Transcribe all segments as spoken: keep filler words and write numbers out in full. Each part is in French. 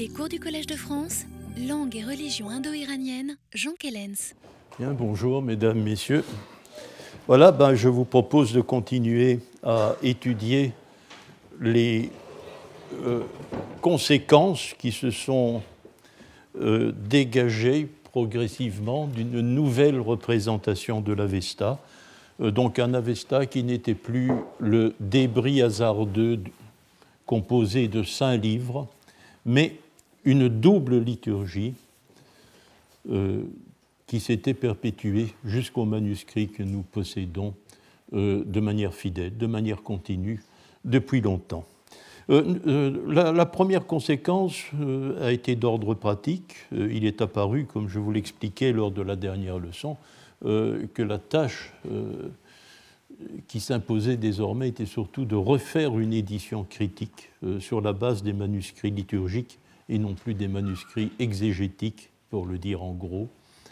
Les cours du Collège de France, langue et religion indo-iranienne, Jean Kellens. Bien, bonjour mesdames, messieurs. Voilà, ben, je vous propose de continuer à étudier les euh, conséquences qui se sont euh, dégagées progressivement d'une nouvelle représentation de l'Avesta. Euh, donc un Avesta qui n'était plus le débris hasardeux composé de cinq livres, mais une double liturgie euh, qui s'était perpétuée jusqu'au manuscrit que nous possédons euh, de manière fidèle, de manière continue, depuis longtemps. Euh, euh, la, la première conséquence euh, a été d'ordre pratique. Euh, il est apparu, comme je vous l'expliquais lors de la dernière leçon, euh, que la tâche euh, qui s'imposait désormais était surtout de refaire une édition critique euh, sur la base des manuscrits liturgiques et non plus des manuscrits exégétiques, pour le dire en gros.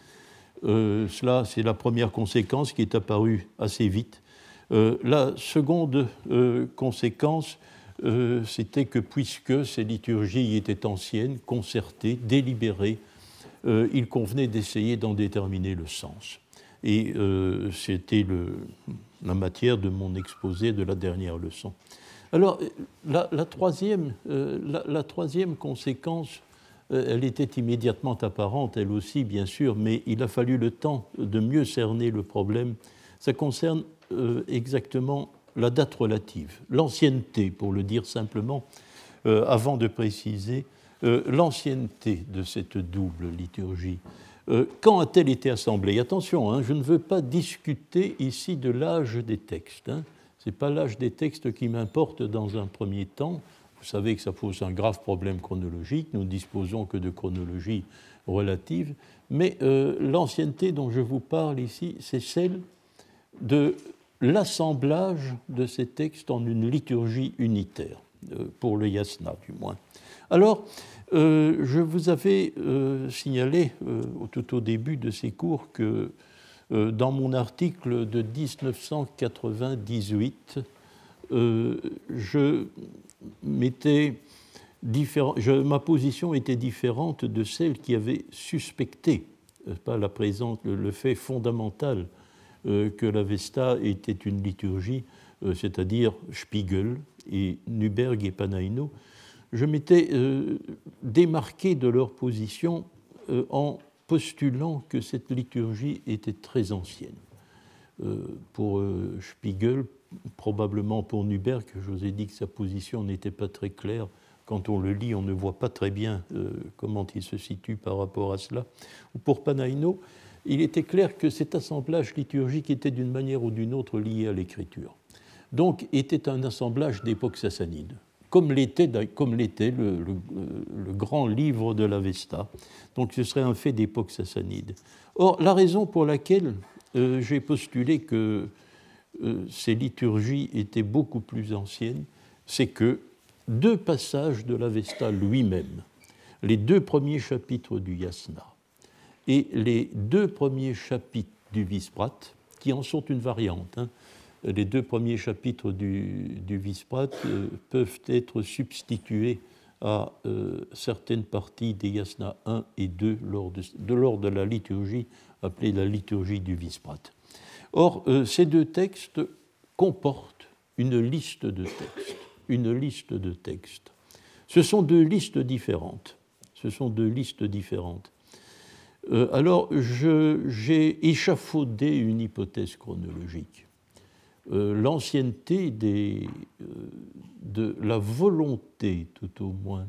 Euh, cela, c'est la première conséquence qui est apparue assez vite. Euh, la seconde euh, conséquence, euh, c'était que puisque ces liturgies étaient anciennes, concertées, délibérées, euh, il convenait d'essayer d'en déterminer le sens. Et euh, c'était le, la matière de mon exposé de la dernière leçon. Alors, la, la, troisième, euh, la, la troisième conséquence, euh, elle était immédiatement apparente, elle aussi, bien sûr, mais il a fallu le temps de mieux cerner le problème. Ça concerne euh, exactement la date relative, l'ancienneté, pour le dire simplement, euh, avant de préciser, euh, l'ancienneté de cette double liturgie. Euh, quand a-t-elle été assemblée? Attention, hein, je ne veux pas discuter ici de l'âge des textes. Hein. Ce n'est pas l'âge des textes qui m'importe dans un premier temps. Vous savez que ça pose un grave problème chronologique. Nous ne disposons que de chronologie relative. Mais euh, l'ancienneté dont je vous parle ici, c'est celle de l'assemblage de ces textes en une liturgie unitaire, euh, pour le yasna du moins. Alors, euh, je vous avais euh, signalé euh, tout au début de ces cours que euh, dans mon article de dix-neuf cent quatre-vingt-dix-huit, euh, je m'étais différent, je, ma position était différente de celle qui avait suspecté, euh, pas la présence, le, le fait fondamental euh, que l'Avesta était une liturgie, euh, c'est-à-dire Spiegel et Nuberg et Panaïno. Je m'étais euh, démarqué de leur position euh, en postulant que cette liturgie était très ancienne. Euh, pour euh, Spiegel, probablement pour Nuberg, je vous ai dit que sa position n'était pas très claire. Quand on le lit, on ne voit pas très bien euh, comment il se situe par rapport à cela. Pour Panaïno, il était clair que cet assemblage liturgique était d'une manière ou d'une autre lié à l'écriture. Donc, était un assemblage d'époque sassanide, comme l'était, comme l'était le, le, le grand livre de l'Avesta. Donc ce serait un fait d'époque sassanide. Or, la raison pour laquelle euh, j'ai postulé que euh, ces liturgies étaient beaucoup plus anciennes, c'est que deux passages de l'Avesta lui-même, les deux premiers chapitres du Yasna et les deux premiers chapitres du Visprat, qui en sont une variante, hein, les deux premiers chapitres du, du Visprat euh, peuvent être substitués à euh, certaines parties des Yasna un et deux lors de, de, lors de la liturgie appelée la liturgie du Visprat. Or, euh, ces deux textes comportent une liste de textes. Une liste de textes. Ce sont deux listes différentes. Ce sont deux listes différentes. Euh, alors, je, j'ai échafaudé une hypothèse chronologique. Euh, l'ancienneté des, euh, de la volonté, tout au moins,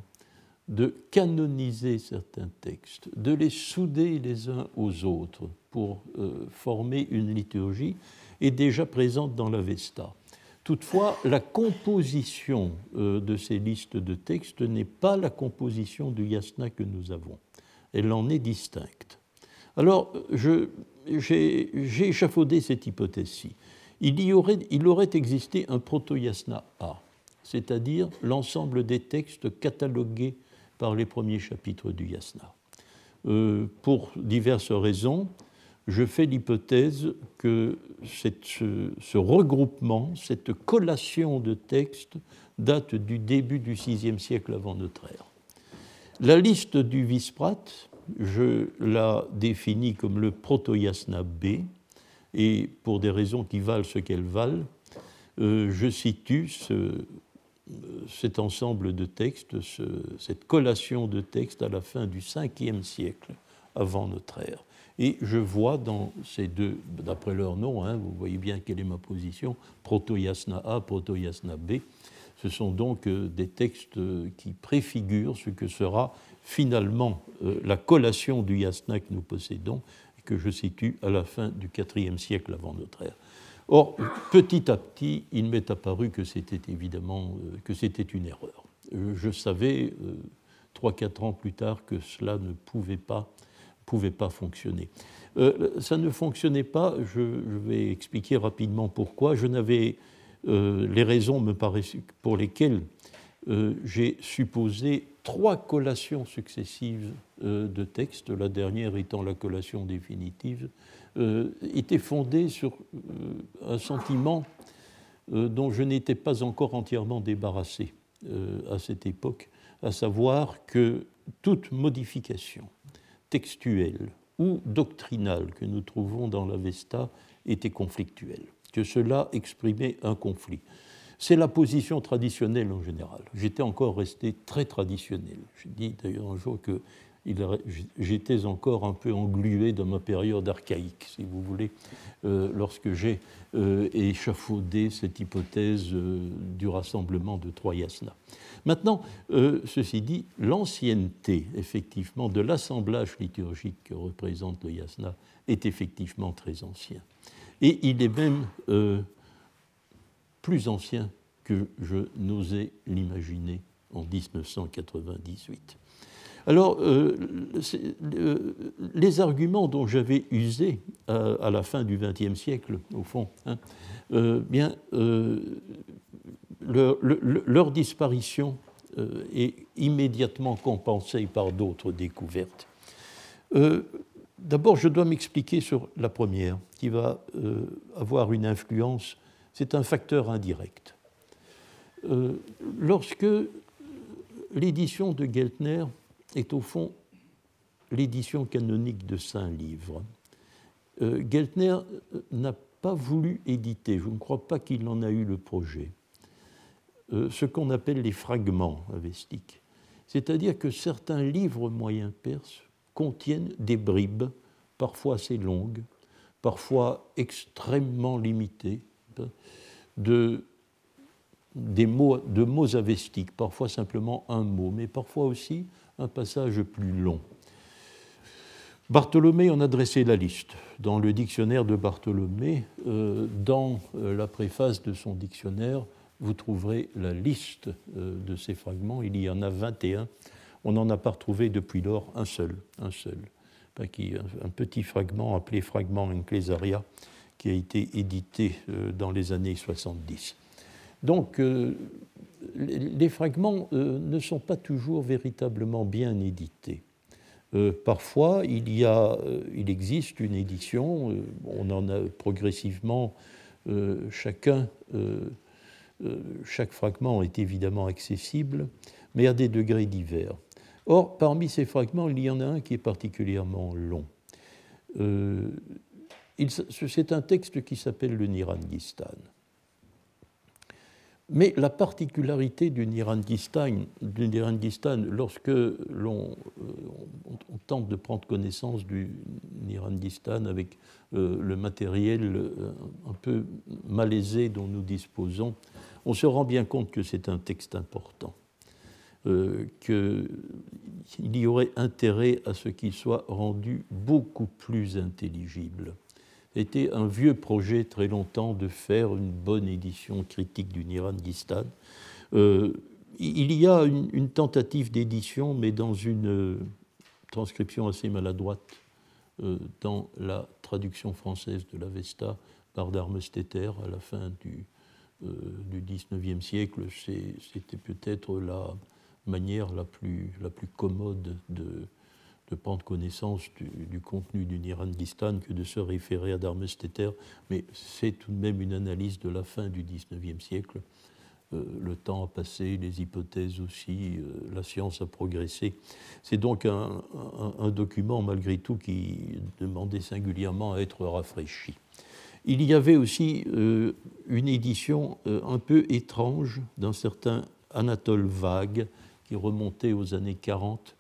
de canoniser certains textes, de les souder les uns aux autres pour euh, former une liturgie, est déjà présente dans l'Avesta. Toutefois, la composition euh, de ces listes de textes n'est pas la composition du yasna que nous avons. Elle en est distincte. Alors, je, j'ai, j'ai échafaudé cette hypothèse-ci. Il, y aurait, il aurait existé un proto-yasna A, c'est-à-dire l'ensemble des textes catalogués par les premiers chapitres du yasna. Euh, pour diverses raisons, je fais l'hypothèse que cette, ce, ce regroupement, cette collation de textes date du début du sixième siècle avant notre ère. La liste du Visprat, je la définis comme le proto-yasna B, et pour des raisons qui valent ce qu'elles valent, euh, je situe ce, cet ensemble de textes, ce, cette collation de textes à la fin du cinquième siècle avant notre ère. Et je vois dans ces deux, d'après leur nom, hein, vous voyez bien quelle est ma position, proto-yasna A, proto-yasna B. Ce sont donc euh, des textes euh, qui préfigurent ce que sera finalement euh, la collation du yasna que nous possédons et que je situe à la fin du quatrième siècle avant notre ère. Or, petit à petit, il m'est apparu que c'était évidemment euh, que c'était une erreur. Euh, je savais euh, trois, quatre ans plus tard que cela ne pouvait pas, pouvait pas fonctionner. Euh, ça ne fonctionnait pas, je, je vais expliquer rapidement pourquoi. Je n'avais euh, les raisons me paraissent, pour lesquelles euh, j'ai supposé trois collations successives euh, de textes, la dernière étant la collation définitive, euh, étaient fondées sur euh, un sentiment euh, dont je n'étais pas encore entièrement débarrassé euh, à cette époque, à savoir que toute modification textuelle ou doctrinale que nous trouvons dans l'Avesta était conflictuelle, que cela exprimait un conflit. C'est la position traditionnelle en général. J'étais encore resté très traditionnel. Je dis d'ailleurs un jour que j'étais encore un peu englué dans ma période archaïque, si vous voulez, euh, lorsque j'ai euh, échafaudé cette hypothèse euh, du rassemblement de trois yasnas. Maintenant, euh, ceci dit, l'ancienneté, effectivement, de l'assemblage liturgique que représente le yasna est effectivement très ancien. Et il est même euh, plus ancien que je n'osais l'imaginer en dix-neuf cent quatre-vingt-dix-huit. Alors, euh, euh, les arguments dont j'avais usé à, à la fin du vingtième siècle, au fond, hein, euh, bien, euh, leur, leur, leur disparition euh, est immédiatement compensée par d'autres découvertes. Euh, D'abord, je dois m'expliquer sur la première, qui va euh, avoir une influence. C'est un facteur indirect. Euh, lorsque l'édition de Geltner est au fond l'édition canonique de Saint-Livre, euh, Geltner n'a pas voulu éditer, je ne crois pas qu'il en a eu le projet, euh, ce qu'on appelle les fragments avestiques. C'est-à-dire que certains livres moyens perses contiennent des bribes, parfois assez longues, parfois extrêmement limitées, de, des mots, de mots avestiques, parfois simplement un mot, mais parfois aussi un passage plus long. Bartholomé en a dressé la liste. Dans le dictionnaire de Bartholomé, euh, dans euh, la préface de son dictionnaire, vous trouverez la liste euh, de ces fragments. Il y en a vingt et un. On n'en a pas retrouvé depuis lors un seul, un seul. Un petit fragment appelé Fragment Ecclesiaria, qui a été édité euh, dans les années soixante-dix. Donc, euh, les fragments euh, ne sont pas toujours véritablement bien édités. Euh, parfois, il, y a, euh, il existe une édition, euh, on en a progressivement euh, chacun, euh, euh, chaque fragment est évidemment accessible, mais à des degrés divers. Or, parmi ces fragments, il y en a un qui est particulièrement long. Euh, il, c'est un texte qui s'appelle le Nirangistan. Mais la particularité du Nirangistan, du Nirangistan lorsque l'on on, on tente de prendre connaissance du Nirangistan avec euh, le matériel euh, un peu malaisé dont nous disposons, on se rend bien compte que c'est un texte important, euh, qu'il y aurait intérêt à ce qu'il soit rendu beaucoup plus intelligible. C'était un vieux projet très longtemps de faire une bonne édition critique du Nirangistan. Euh, il y a une, une tentative d'édition, mais dans une euh, transcription assez maladroite euh, dans la traduction française de l'Avesta par Darmesteter à la fin du, euh, du dix-neuvième siècle. C'est, c'était peut-être la manière la plus, la plus commode de de prendre connaissance du, du contenu du Nirangistan que de se référer à Darmesteter, mais c'est tout de même une analyse de la fin du dix-neuvième siècle. euh, le temps a passé, les hypothèses aussi, euh, la science a progressé. C'est donc un, un, un document, malgré tout, qui demandait singulièrement à être rafraîchi. Il y avait aussi euh, une édition euh, un peu étrange d'un certain Anatole Vague, qui remontait aux années quarante,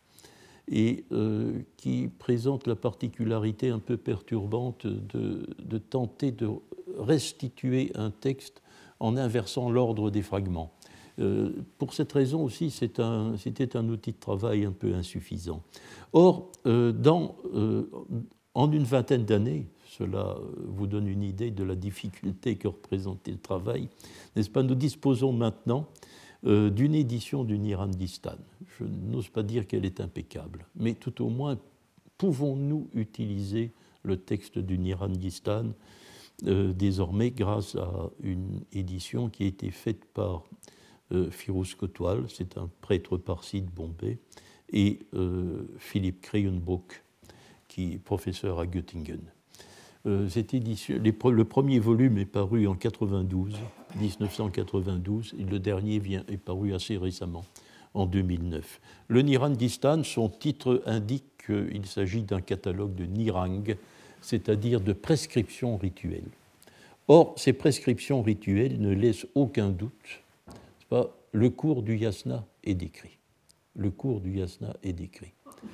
et euh, qui présente la particularité un peu perturbante de, de tenter de restituer un texte en inversant l'ordre des fragments. Euh, pour cette raison aussi, c'est un, c'était un outil de travail un peu insuffisant. Or, euh, dans, euh, en une vingtaine d'années, cela vous donne une idée de la difficulté que représentait le travail, n'est-ce pas, nous disposons maintenant Euh, d'une édition du Nirandistan. Je n'ose pas dire qu'elle est impeccable, mais tout au moins, pouvons-nous utiliser le texte du Nirandistan euh, désormais grâce à une édition qui a été faite par euh, Firouz Kotwal, c'est un prêtre parsi de Bombay, et euh, Philippe Krayunbrook, qui est professeur à Göttingen. Euh, cette édition, les, le premier volume est paru en quatre-vingt-douze, dix-neuf cent quatre-vingt-douze, et le dernier vient, est paru assez récemment, en deux mille neuf. Le Nirandistan, son titre indique qu'il s'agit d'un catalogue de nirang, c'est-à-dire de prescriptions rituelles. Or, ces prescriptions rituelles ne laissent aucun doute. C'est pas, le cours du yasna est décrit. Le cours du yasna est décrit.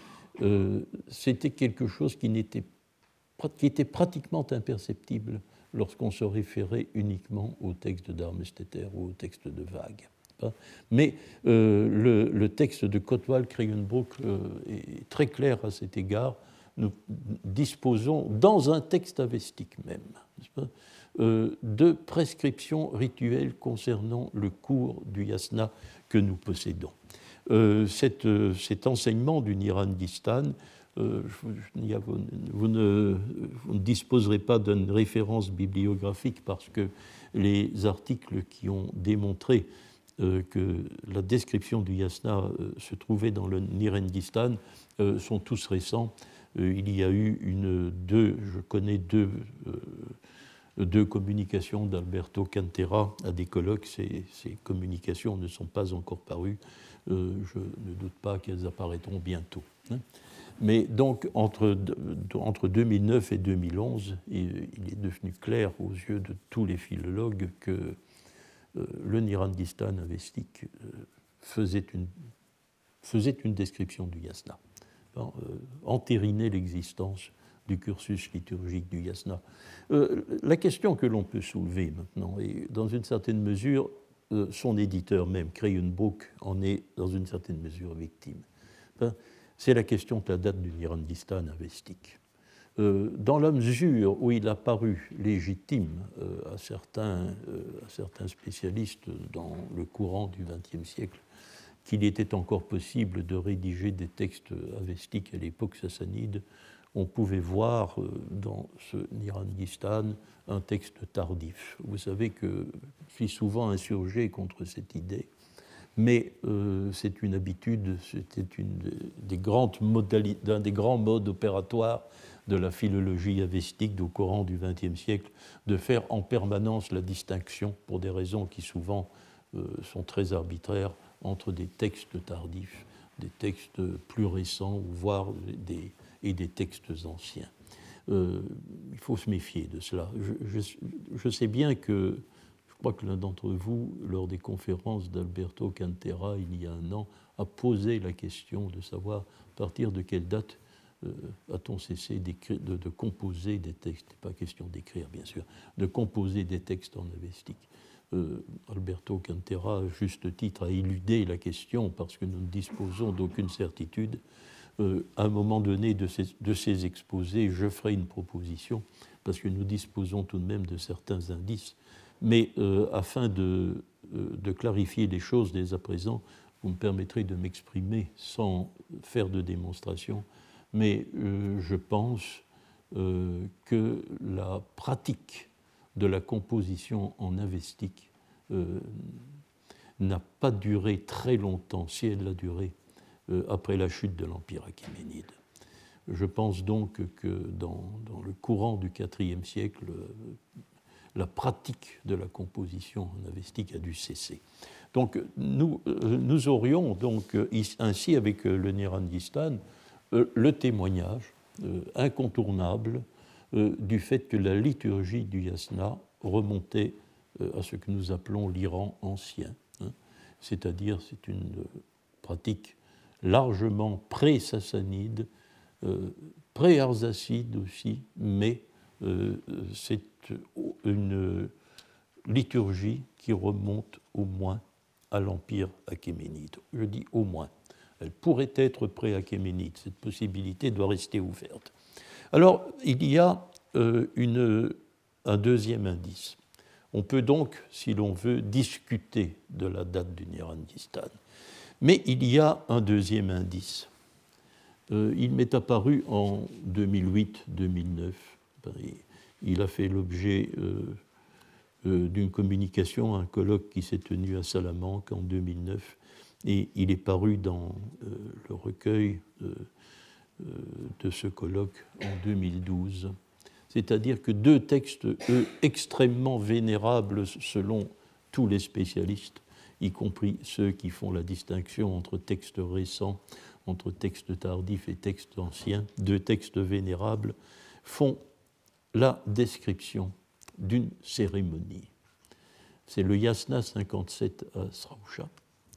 Euh, c'était quelque chose qui n'était pas qui était pratiquement imperceptible lorsqu'on se référait uniquement au texte d'Armesteter ou au texte de Vague. Mais euh, le, le texte de Kotwal Krayunbrook euh, est très clair à cet égard. Nous disposons, dans un texte avestique même, n'est-ce pas, euh, de prescriptions rituelles concernant le cours du yasna que nous possédons. Euh, cette, cet enseignement du Nirandistan, Euh, je, vous, vous, ne, vous ne disposerez pas d'une référence bibliographique parce que les articles qui ont démontré euh, que la description du yasna euh, se trouvait dans le Nirandistan euh, sont tous récents. Euh, il y a eu une, deux, je connais deux, euh, deux communications d'Alberto Cantera à des colloques. Ces, ces communications ne sont pas encore parues. Euh, je ne doute pas qu'elles apparaîtront bientôt. Hein. Mais donc, entre, entre deux mille neuf et deux mille onze, il, il est devenu clair aux yeux de tous les philologues que euh, le Nirandistan avestique euh, faisait, une, faisait une description du yasna, enfin, euh, entérinait l'existence du cursus liturgique du yasna. Euh, la question que l'on peut soulever maintenant, et dans une certaine mesure, euh, son éditeur même, Krayunbrook, en est dans une certaine mesure victime. Enfin, c'est la question de la date du Nirandistan avestique. Euh, dans la mesure où il a paru légitime euh, à, certains, euh, à certains spécialistes dans le courant du vingtième siècle qu'il était encore possible de rédiger des textes avestiques à l'époque sassanide, on pouvait voir euh, dans ce Nirandistan un texte tardif. Vous savez que je suis souvent insurgé contre cette idée. Mais euh, c'est une habitude, c'était une des grandes modalités, un des grands modes opératoires de la philologie avestique au courant du vingtième siècle, de faire en permanence la distinction, pour des raisons qui souvent euh, sont très arbitraires, entre des textes tardifs, des textes plus récents, voire des, et des textes anciens. Euh, il faut se méfier de cela. Je, je, je sais bien que je crois que l'un d'entre vous, lors des conférences d'Alberto Cantera il y a un an, a posé la question de savoir à partir de quelle date euh, a-t-on cessé de, de composer des textes. Pas question d'écrire, bien sûr, de composer des textes en avestique. Euh, Alberto Cantera, à juste titre, a éludé la question parce que nous ne disposons d'aucune certitude. Euh, à un moment donné de ces, de ces exposés, je ferai une proposition parce que nous disposons tout de même de certains indices. Mais euh, afin de, euh, de clarifier les choses dès à présent, vous me permettrez de m'exprimer sans faire de démonstration, mais euh, je pense euh, que la pratique de la composition en avestique euh, n'a pas duré très longtemps, si elle a duré, euh, après la chute de l'Empire achéménide. Je pense donc que dans, dans le courant du quatrième siècle, la pratique de la composition en avestique a dû cesser. Donc nous, nous aurions donc ainsi avec le Nirandistan le témoignage incontournable du fait que la liturgie du yasna remontait à ce que nous appelons l'Iran ancien, hein, c'est-à-dire c'est une pratique largement pré-sassanide, euh, pré-arsacide aussi, mais euh, c'est une liturgie qui remonte au moins à l'Empire achéménide. Je dis au moins. Elle pourrait être pré-achéménide. Cette possibilité doit rester ouverte. Alors, il y a euh, une, un deuxième indice. On peut donc, si l'on veut, discuter de la date du Nirandistan. Mais il y a un deuxième indice. Euh, il m'est apparu en deux mille huit deux mille neuf. Il a fait l'objet euh, euh, d'une communication à un colloque qui s'est tenu à Salamanque en deux mille neuf. Et il est paru dans euh, le recueil euh, euh, de ce colloque en deux mille douze. C'est-à-dire que deux textes, eux, extrêmement vénérables selon tous les spécialistes, y compris ceux qui font la distinction entre textes récents, entre textes tardifs et textes anciens, deux textes vénérables, font la description d'une cérémonie. C'est le Yasna cinquante-sept à Sraoucha,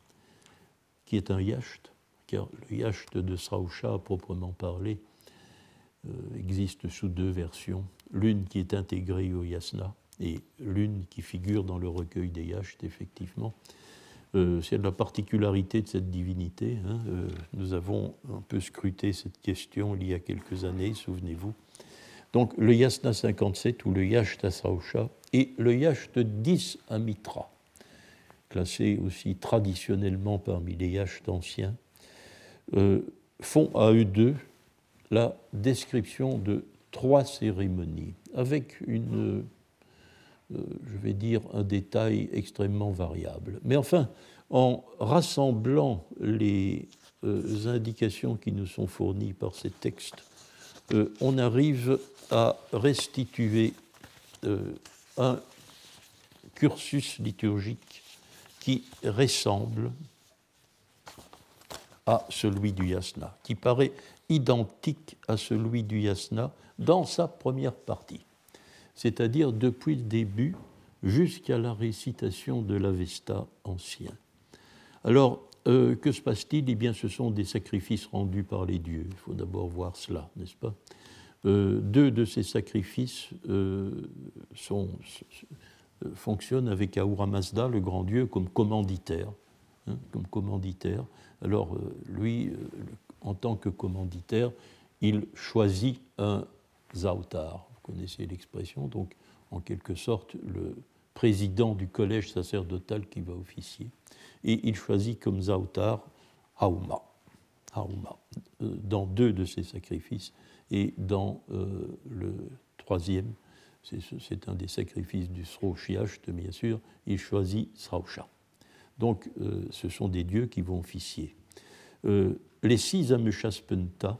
qui est un yacht, car le yacht de Sraoucha, à proprement parler, euh, existe sous deux versions, l'une qui est intégrée au Yasna et l'une qui figure dans le recueil des yachts, effectivement. Euh, c'est la particularité de cette divinité. Hein. Euh, nous avons un peu scruté cette question il y a quelques années, souvenez-vous. Donc le Yasna cinquante-sept ou le yacht à Sraoucha et le yacht dix à Mitra, classé aussi traditionnellement parmi les yachts anciens, euh, font à eux deux la description de trois cérémonies, avec une, euh, je vais dire, un détail extrêmement variable. Mais enfin, en rassemblant les euh, indications qui nous sont fournies par ces textes, euh, on arrive à restituer euh, un cursus liturgique qui ressemble à celui du Yasna, qui paraît identique à celui du Yasna dans sa première partie, c'est-à-dire depuis le début jusqu'à la récitation de l'Avesta ancien. Alors, euh, que se passe-t-il ? Eh bien, ce sont des sacrifices rendus par les dieux. Il faut d'abord voir cela, n'est-ce pas ? euh, Deux de ces sacrifices euh, sont, euh, fonctionnent avec Ahura Mazda, le grand dieu, comme commanditaire. Hein, comme commanditaire. Alors, euh, lui, euh, en tant que commanditaire, il choisit un Zautar. Vous connaissez l'expression, donc en quelque sorte le président du collège sacerdotal qui va officier. Et il choisit comme Zautar Hauma, Hauma euh, dans deux de ses sacrifices. Et dans euh, le troisième, c'est, c'est un des sacrifices du Sraushiacht, bien sûr, il choisit Srausha. Donc, euh, ce sont des dieux qui vont officier. Euh, les six Amushaspenta,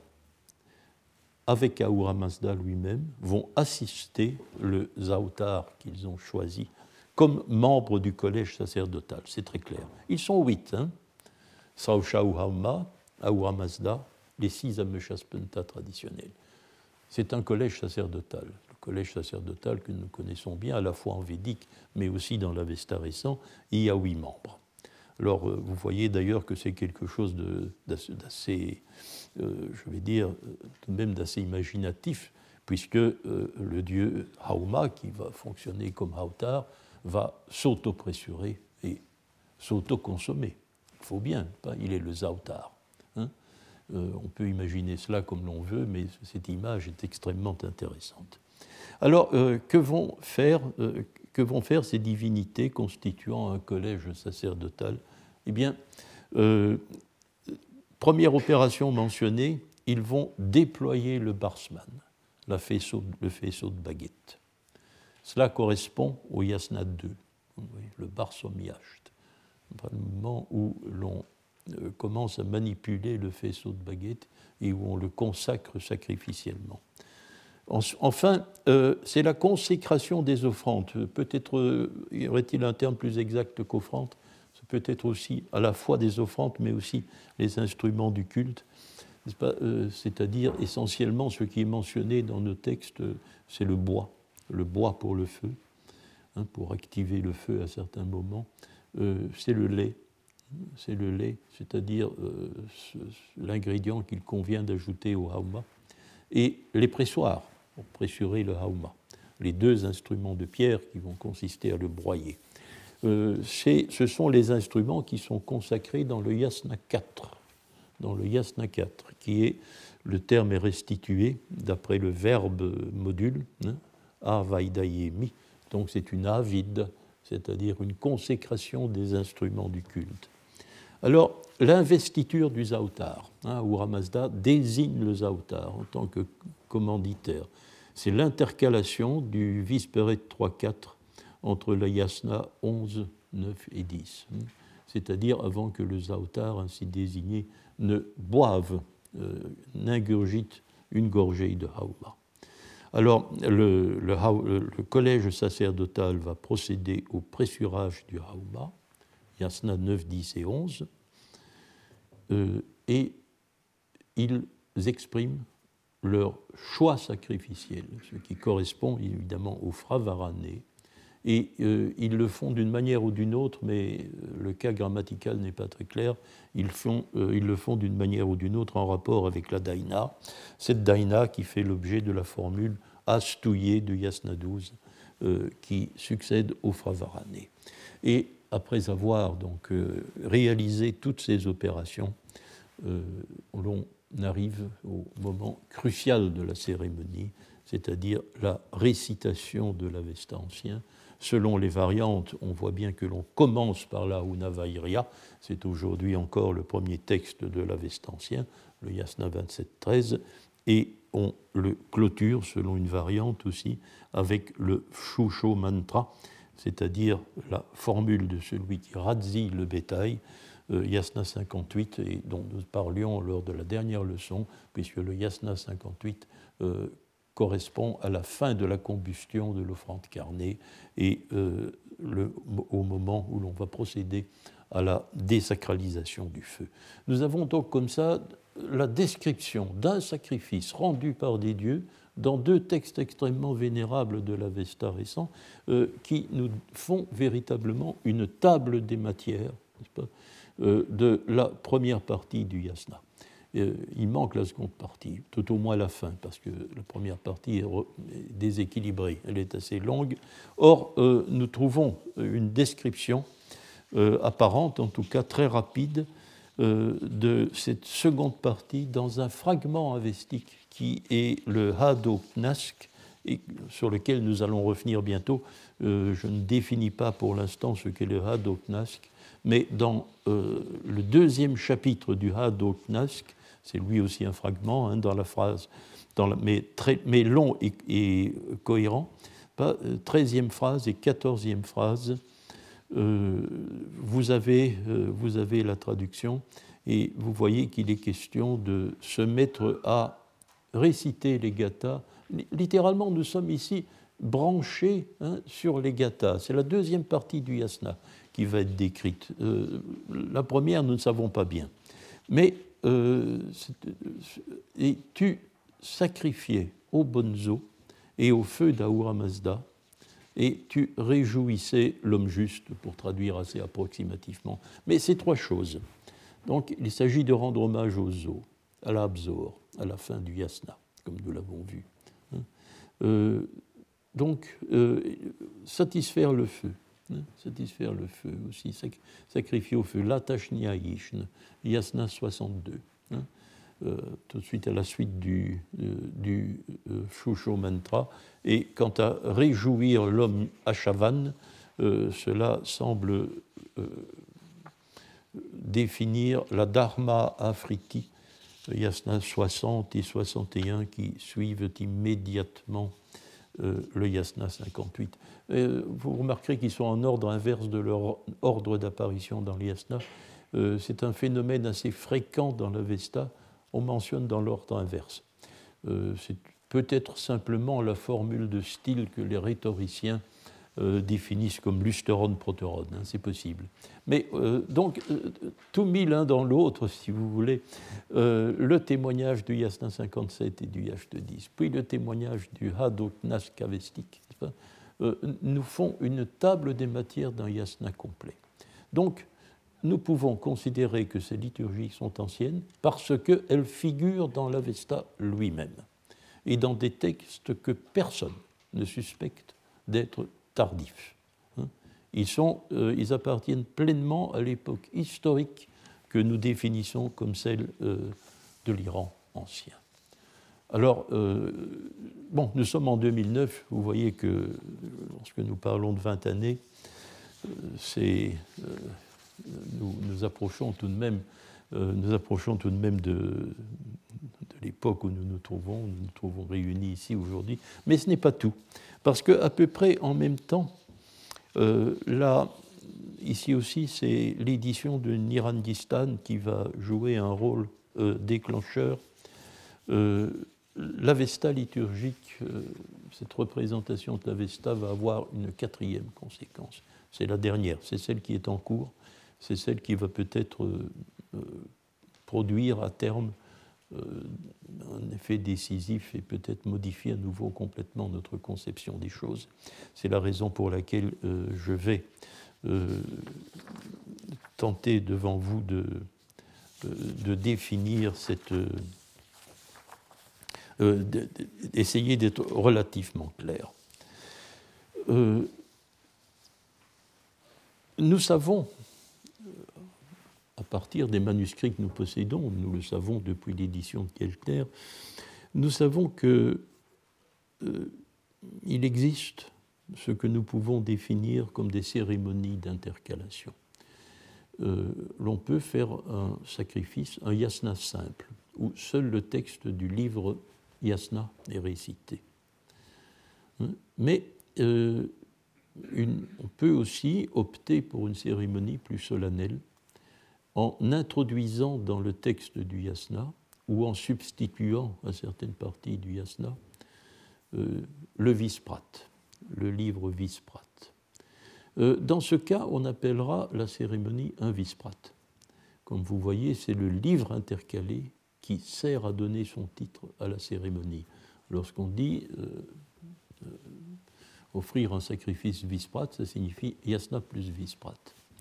avec Ahura Mazda lui-même, vont assister le Zautar qu'ils ont choisi comme membre du collège sacerdotal. C'est très clair. Ils sont huit, hein. Srausha ou Hauma, Ahura Mazda, les six Amushaspenta traditionnels. C'est un collège sacerdotal. Le collège sacerdotal que nous connaissons bien, à la fois en védique, mais aussi dans l'Avesta récent, il y a huit membres. Alors, vous voyez d'ailleurs que c'est quelque chose de, d'assez, euh, je vais dire, tout de même d'assez imaginatif, puisque euh, le dieu Hauma, qui va fonctionner comme Hautar, va s'auto-pressurer et s'auto-consommer. Il faut bien, il est le Zautar. Hein. Euh, on peut imaginer cela comme l'on veut, mais cette image est extrêmement intéressante. Alors, euh, que vont faire, euh, que vont faire ces divinités constituant un collège sacerdotal ? Eh bien, euh, première opération mentionnée, ils vont déployer le barsman, la faisceau, le faisceau de baguette. Cela correspond au Yasna deux, le barsomiacht, le moment où l'on euh, commence à manipuler le faisceau de baguette et où on le consacre sacrificiellement. Enfin, euh, c'est la consécration des offrandes. Peut-être euh, y aurait-il un terme plus exact qu'offrande. C'est peut-être aussi à la fois des offrandes, mais aussi les instruments du culte. Euh, c'est-à-dire essentiellement ce qui est mentionné dans nos textes, c'est le bois, le bois pour le feu, hein, pour activer le feu à certains moments. Euh, c'est le lait, c'est le lait, c'est-à-dire euh, l'ingrédient qu'il convient d'ajouter au hauma, et les pressoirs pour pressurer le hauma, les deux instruments de pierre qui vont consister à le broyer. Euh, ce sont les instruments qui sont consacrés dans le yasna quatre, dans le yasna quatre, qui est, le terme est restitué d'après le verbe module, hein, avaidayemi, donc c'est une avide, c'est-à-dire une consécration des instruments du culte. Alors, l'investiture du Zaoutar, hein, Ahura Mazda désigne le Zaoutar en tant que commanditaire. C'est l'intercalation du Visperet trois quatre entre la Yasna onze, neuf et dix, hein, c'est-à-dire avant que le Zaoutar ainsi désigné ne boive, euh, n'ingurgite une gorgée de Hauma. Alors, le, le, le collège sacerdotal va procéder au pressurage du Hauma, Yasna neuf, dix et onze, euh, et ils expriment leur choix sacrificiel, ce qui correspond évidemment au Fravarané, et euh, ils le font d'une manière ou d'une autre, mais le cas grammatical n'est pas très clair, ils, font, euh, ils le font d'une manière ou d'une autre en rapport avec la daïna, cette daïna qui fait l'objet de la formule astouillée de Yasna douze, euh, qui succède au Fravarané. Et après avoir donc euh, réalisé toutes ces opérations, euh, l'on arrive au moment crucial de la cérémonie, c'est-à-dire la récitation de l'Avesta ancien. Selon les variantes, on voit bien que l'on commence par la Unavairia, c'est aujourd'hui encore le premier texte de l'Avesta ancien, le Yasna vingt-sept treize, et on le clôture, selon une variante aussi, avec le Shusho Mantra, c'est-à-dire la formule de celui qui razzie le bétail, euh, Yasna cinquante-huit, et dont nous parlions lors de la dernière leçon, puisque le Yasna cinquante-huit euh, correspond à la fin de la combustion de l'offrande carnée et euh, le, au moment où l'on va procéder à la désacralisation du feu. Nous avons donc comme ça la description d'un sacrifice rendu par des dieux dans deux textes extrêmement vénérables de l'Avesta récent, euh, qui nous font véritablement une table des matières, n'est-ce pas, euh, de la première partie du yasna. Euh, il manque la seconde partie, tout au moins la fin, parce que la première partie est, re- est déséquilibrée, elle est assez longue. Or, euh, nous trouvons une description euh, apparente, en tout cas très rapide, euh, de cette seconde partie dans un fragment avestique qui est le Hado Knask, et sur lequel nous allons revenir bientôt. Euh, je ne définis pas pour l'instant ce qu'est le Hado Knask, mais dans euh, le deuxième chapitre du Hado Knask, c'est lui aussi un fragment, hein, dans la phrase, dans la, mais, très, mais long et, et cohérent, pas, euh, treizième phrase et quatorzième phrase, euh, vous, avez, euh, vous avez la traduction, et vous voyez qu'il est question de se mettre à réciter les gathas. Littéralement, nous sommes ici branchés, hein, sur les gathas. C'est la deuxième partie du yasna qui va être décrite. Euh, la première, nous ne savons pas bien. Mais euh, et tu sacrifiais au bonzo et au feu d'Ahura Mazda, et tu réjouissais l'homme juste, pour traduire assez approximativement. Mais ces trois choses. Donc, il s'agit de rendre hommage aux Zo, à la Abzor, à la fin du yasna, comme nous l'avons vu. Euh, donc, euh, satisfaire le feu, hein, satisfaire le feu aussi, sac- sacrifier au feu, l'atashnia yishn, yasna soixante-deux, hein, euh, tout de suite à la suite du, euh, du euh, Shusho Mantra. Et quant à réjouir l'homme Ashavan, euh, cela semble euh, définir la Dharma Afriti, Yasna soixante et soixante et un qui suivent immédiatement euh, le Yasna cinquante-huit. Euh, vous remarquerez qu'ils sont en ordre inverse de leur ordre d'apparition dans le Yasna. Euh, c'est un phénomène assez fréquent dans l'Avesta. On mentionne dans l'ordre inverse. Euh, c'est peut-être simplement la formule de style que les rhétoriciens euh, définissent comme lusteron-proteron, hein, c'est possible. Mais euh, donc, euh, tout mis l'un dans l'autre, si vous voulez, euh, le témoignage du Yasna cinquante-sept et du Yachte dix, puis le témoignage du Hadoknas Kavestik, euh, nous font une table des matières d'un Yasna complet. Donc, nous pouvons considérer que ces liturgies sont anciennes parce qu'elles figurent dans l'Avesta lui-même et dans des textes que personne ne suspecte d'être tardifs. Ils, sont, euh, ils appartiennent pleinement à l'époque historique que nous définissons comme celle euh, de l'Iran ancien. Alors, euh, bon, nous sommes en deux mille neuf, vous voyez que lorsque nous parlons de vingt années, euh, c'est... Euh, Nous, nous approchons tout de même, euh, nous approchons tout de, même de, de l'époque où nous nous trouvons, nous nous trouvons réunis ici aujourd'hui. Mais ce n'est pas tout, parce qu'à peu près en même temps, euh, là, ici aussi, c'est l'édition de Nirandistan qui va jouer un rôle euh, déclencheur. Euh, L'Avesta liturgique, euh, cette représentation de l'Avesta va avoir une quatrième conséquence. C'est la dernière, c'est celle qui est en cours. C'est celle qui va peut-être euh, euh, produire à terme euh, un effet décisif et peut-être modifier à nouveau complètement notre conception des choses. C'est la raison pour laquelle euh, je vais euh, tenter devant vous de, euh, de définir cette... Euh, euh, d'essayer d'être relativement clair. Euh, nous savons... à partir des manuscrits que nous possédons, nous le savons depuis l'édition de Keltner, nous savons qu'il euh, existe ce que nous pouvons définir comme des cérémonies d'intercalation. Euh, l'on peut faire un sacrifice, un yasna simple, où seul le texte du livre yasna est récité. Mais euh, une, on peut aussi opter pour une cérémonie plus solennelle, en introduisant dans le texte du yasna ou en substituant à certaines parties du yasna euh, le visprat, le livre visprat. Euh, dans ce cas, on appellera la cérémonie un visprat. Comme vous voyez, c'est le livre intercalé qui sert à donner son titre à la cérémonie. Lorsqu'on dit euh, euh, offrir un sacrifice visprat, ça signifie yasna plus visprat.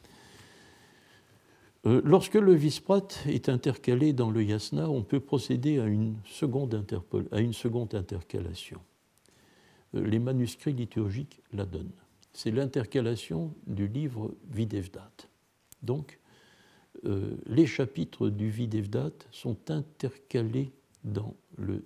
Lorsque le visprat est intercalé dans le yasna, on peut procéder à une seconde, interpol, à une seconde intercalation. Les manuscrits liturgiques la donnent. C'est l'intercalation du livre Videvdat. Donc, euh, les chapitres du Videvdat sont intercalés dans le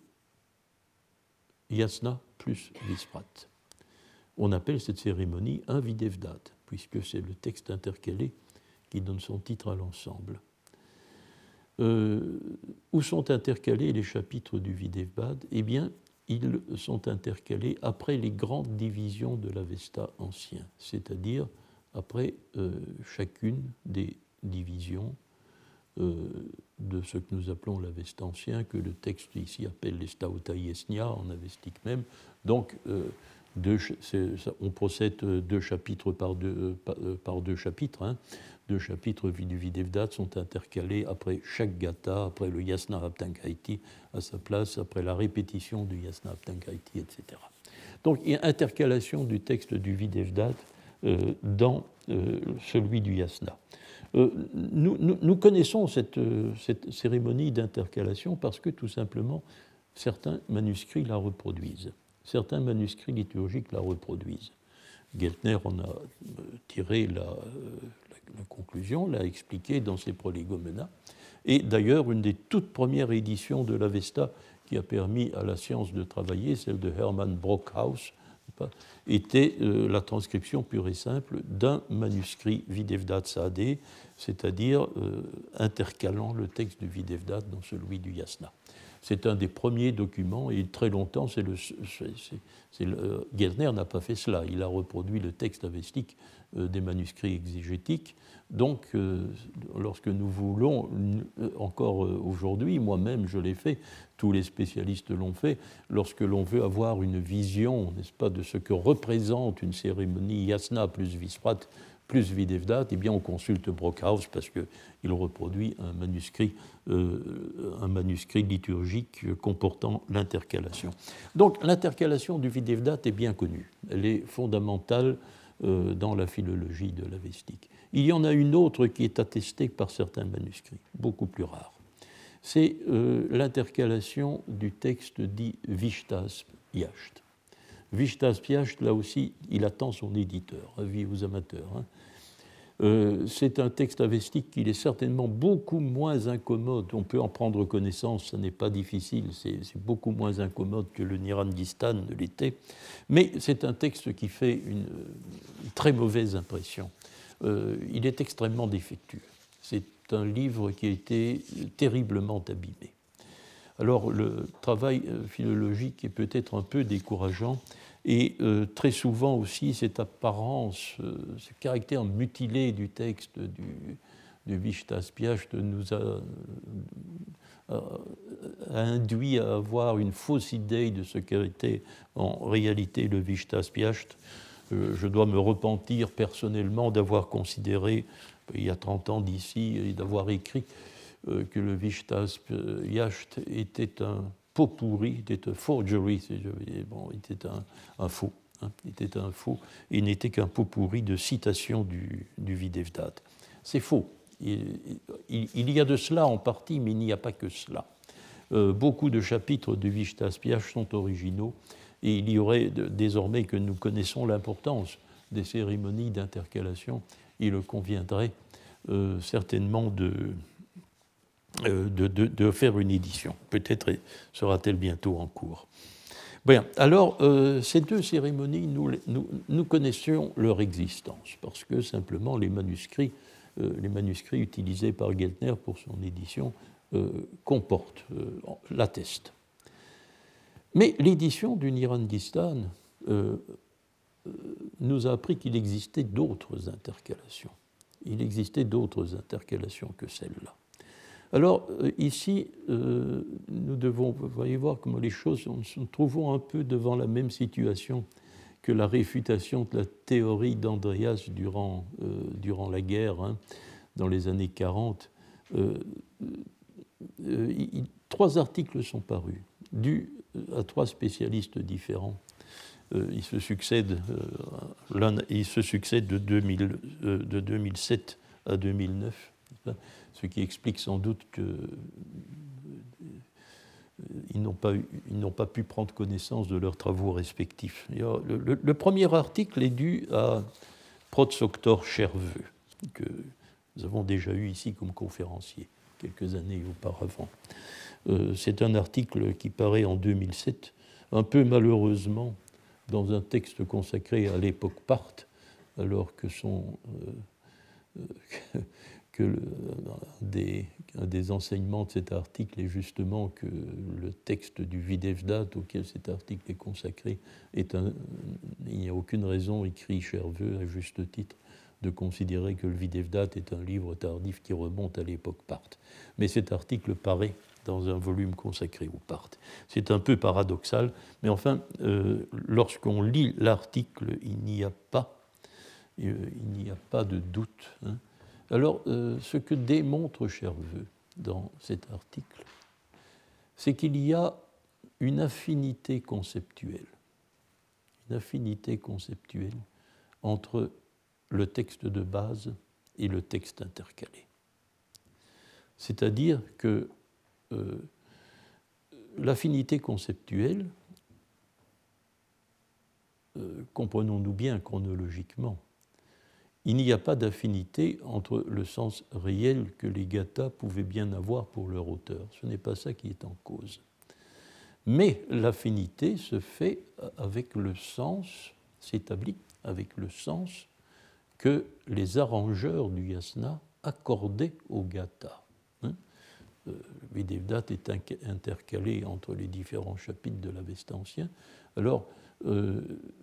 yasna plus visprat. On appelle cette cérémonie un Videvdat, puisque c'est le texte intercalé qui donne son titre à l'ensemble. Euh, où sont intercalés les chapitres du Videvdat ? Eh bien, ils sont intercalés après les grandes divisions de l'Avesta ancien, c'est-à-dire après euh, chacune des divisions euh, de ce que nous appelons l'Avesta ancien, que le texte ici appelle les Stautaïesnia en avestique même. Donc, euh, deux, ça, on procède deux chapitres par deux, par, par deux chapitres, hein. Deux chapitres du Videvdat sont intercalés après chaque gata, après le yasna aptankaiti à sa place, après la répétition du yasna aptankaiti, et cetera. Donc il y a intercalation du texte du Videvdat euh, dans euh, celui du yasna. Euh, nous, nous, nous connaissons cette, cette cérémonie d'intercalation parce que tout simplement certains manuscrits la reproduisent. Certains manuscrits liturgiques la reproduisent. Geltner en a tiré la, la conclusion, l'a expliqué dans ses Prolegomena. Et d'ailleurs, une des toutes premières éditions de l'Avesta qui a permis à la science de travailler, celle de Hermann Brockhaus, était euh, la transcription pure et simple d'un manuscrit Videvdat Sadeh c'est-à-dire euh, intercalant le texte du Videvdat dans celui du Yasna. C'est un des premiers documents, et très longtemps, c'est le, c'est, c'est le, Geltner n'a pas fait cela. Il a reproduit le texte avestique euh, des manuscrits exégétiques. Donc, euh, lorsque nous voulons, euh, encore euh, aujourd'hui, moi-même je l'ai fait, tous les spécialistes l'ont fait, lorsque l'on veut avoir une vision, n'est-ce pas, de ce que représente une cérémonie Yasna plus Visprat plus Videvdat, eh bien on consulte Brockhaus parce qu'il reproduit un manuscrit, euh, un manuscrit liturgique comportant l'intercalation. Donc l'intercalation du Videvdat est bien connue, elle est fondamentale euh, dans la philologie de l'Avestique. Il y en a une autre qui est attestée par certains manuscrits, beaucoup plus rare. C'est euh, l'intercalation du texte dit Vishtas Piasht. Vishtas Piasht, là aussi, il attend son éditeur, avis aux amateurs. Hein. Euh, c'est un texte avestique qui est certainement beaucoup moins incommode. On peut en prendre connaissance, ce n'est pas difficile, c'est, c'est beaucoup moins incommode que le Nirandistan ne l'était. Mais c'est un texte qui fait une, une très mauvaise impression. Euh, il est extrêmement défectueux. C'est un livre qui a été terriblement abîmé. Alors, le travail philologique est peut-être un peu décourageant et euh, très souvent aussi cette apparence, euh, ce caractère mutilé du texte du, du Vishtas Piasht nous a, a, a induit à avoir une fausse idée de ce qu'était en réalité le Vishtas Piasht. Euh, je dois me repentir personnellement d'avoir considéré, il y a trente ans d'ici, et d'avoir écrit que le Vishtas Piasht était un pot pourri, était un forgery, si je veux dire. Bon, il était un, un faux, hein, il était un faux, et n'était qu'un pot pourri de citations du, du Videvdat. C'est faux. Il, il, il y a de cela en partie, mais il n'y a pas que cela. Euh, beaucoup de chapitres du Vishtas Piasht sont originaux, et il y aurait, de, désormais que nous connaissons l'importance des cérémonies d'intercalation, il conviendrait euh, certainement de... De, de, de faire une édition. Peut-être sera-t-elle bientôt en cours. Bien, alors, euh, ces deux cérémonies, nous, nous, nous connaissions leur existence, parce que simplement les manuscrits, euh, les manuscrits utilisés par Geltner pour son édition euh, comportent, euh, l'attestent. Mais l'édition du Nirandistan euh, euh, nous a appris qu'il existait d'autres intercalations. Il existait d'autres intercalations que celle-là. Alors, ici, euh, nous devons, vous voyez voir comment les choses, nous nous trouvons un peu devant la même situation que la réfutation de la théorie d'Andreas durant, euh, durant la guerre, hein, dans les années quarante. Euh, euh, il, trois articles sont parus, dus à trois spécialistes différents. Euh, ils se succèdent, euh, l'un, ils se succèdent de, deux mille, euh, de deux mille sept à deux mille neuf. Ce qui explique sans doute qu'ils n'ont pas, ils n'ont pas pu prendre connaissance de leurs travaux respectifs. Le, le, le premier article est dû à Protsoctor Cherveux, que nous avons déjà eu ici comme conférencier quelques années auparavant. Euh, c'est un article qui paraît en deux mille sept, un peu malheureusement dans un texte consacré à l'époque parthe, alors que son... Euh, euh, que le, un, des, un des enseignements de cet article est justement que le texte du Videvdat auquel cet article est consacré est un... Il n'y a aucune raison, écrit Cherveux à juste titre, de considérer que le Videvdat est un livre tardif qui remonte à l'époque parthe. Mais cet article paraît dans un volume consacré aux Parthes. C'est un peu paradoxal, mais enfin, euh, lorsqu'on lit l'article, il n'y a pas, euh, il n'y a pas de doute, hein. Alors, euh, ce que démontre Cherveux dans cet article, c'est qu'il y a une affinité conceptuelle, une affinité conceptuelle entre le texte de base et le texte intercalé. C'est-à-dire que euh, l'affinité conceptuelle, euh, comprenons-nous bien chronologiquement, il n'y a pas d'affinité entre le sens réel que les Gathas pouvaient bien avoir pour leur auteur. Ce n'est pas ça qui est en cause. Mais l'affinité se fait avec le sens, s'établit avec le sens que les arrangeurs du yasna accordé au Gatha. Hein. Euh, le Videvdat est intercalé entre les différents chapitres de l'Avesta ancien. Alors, euh,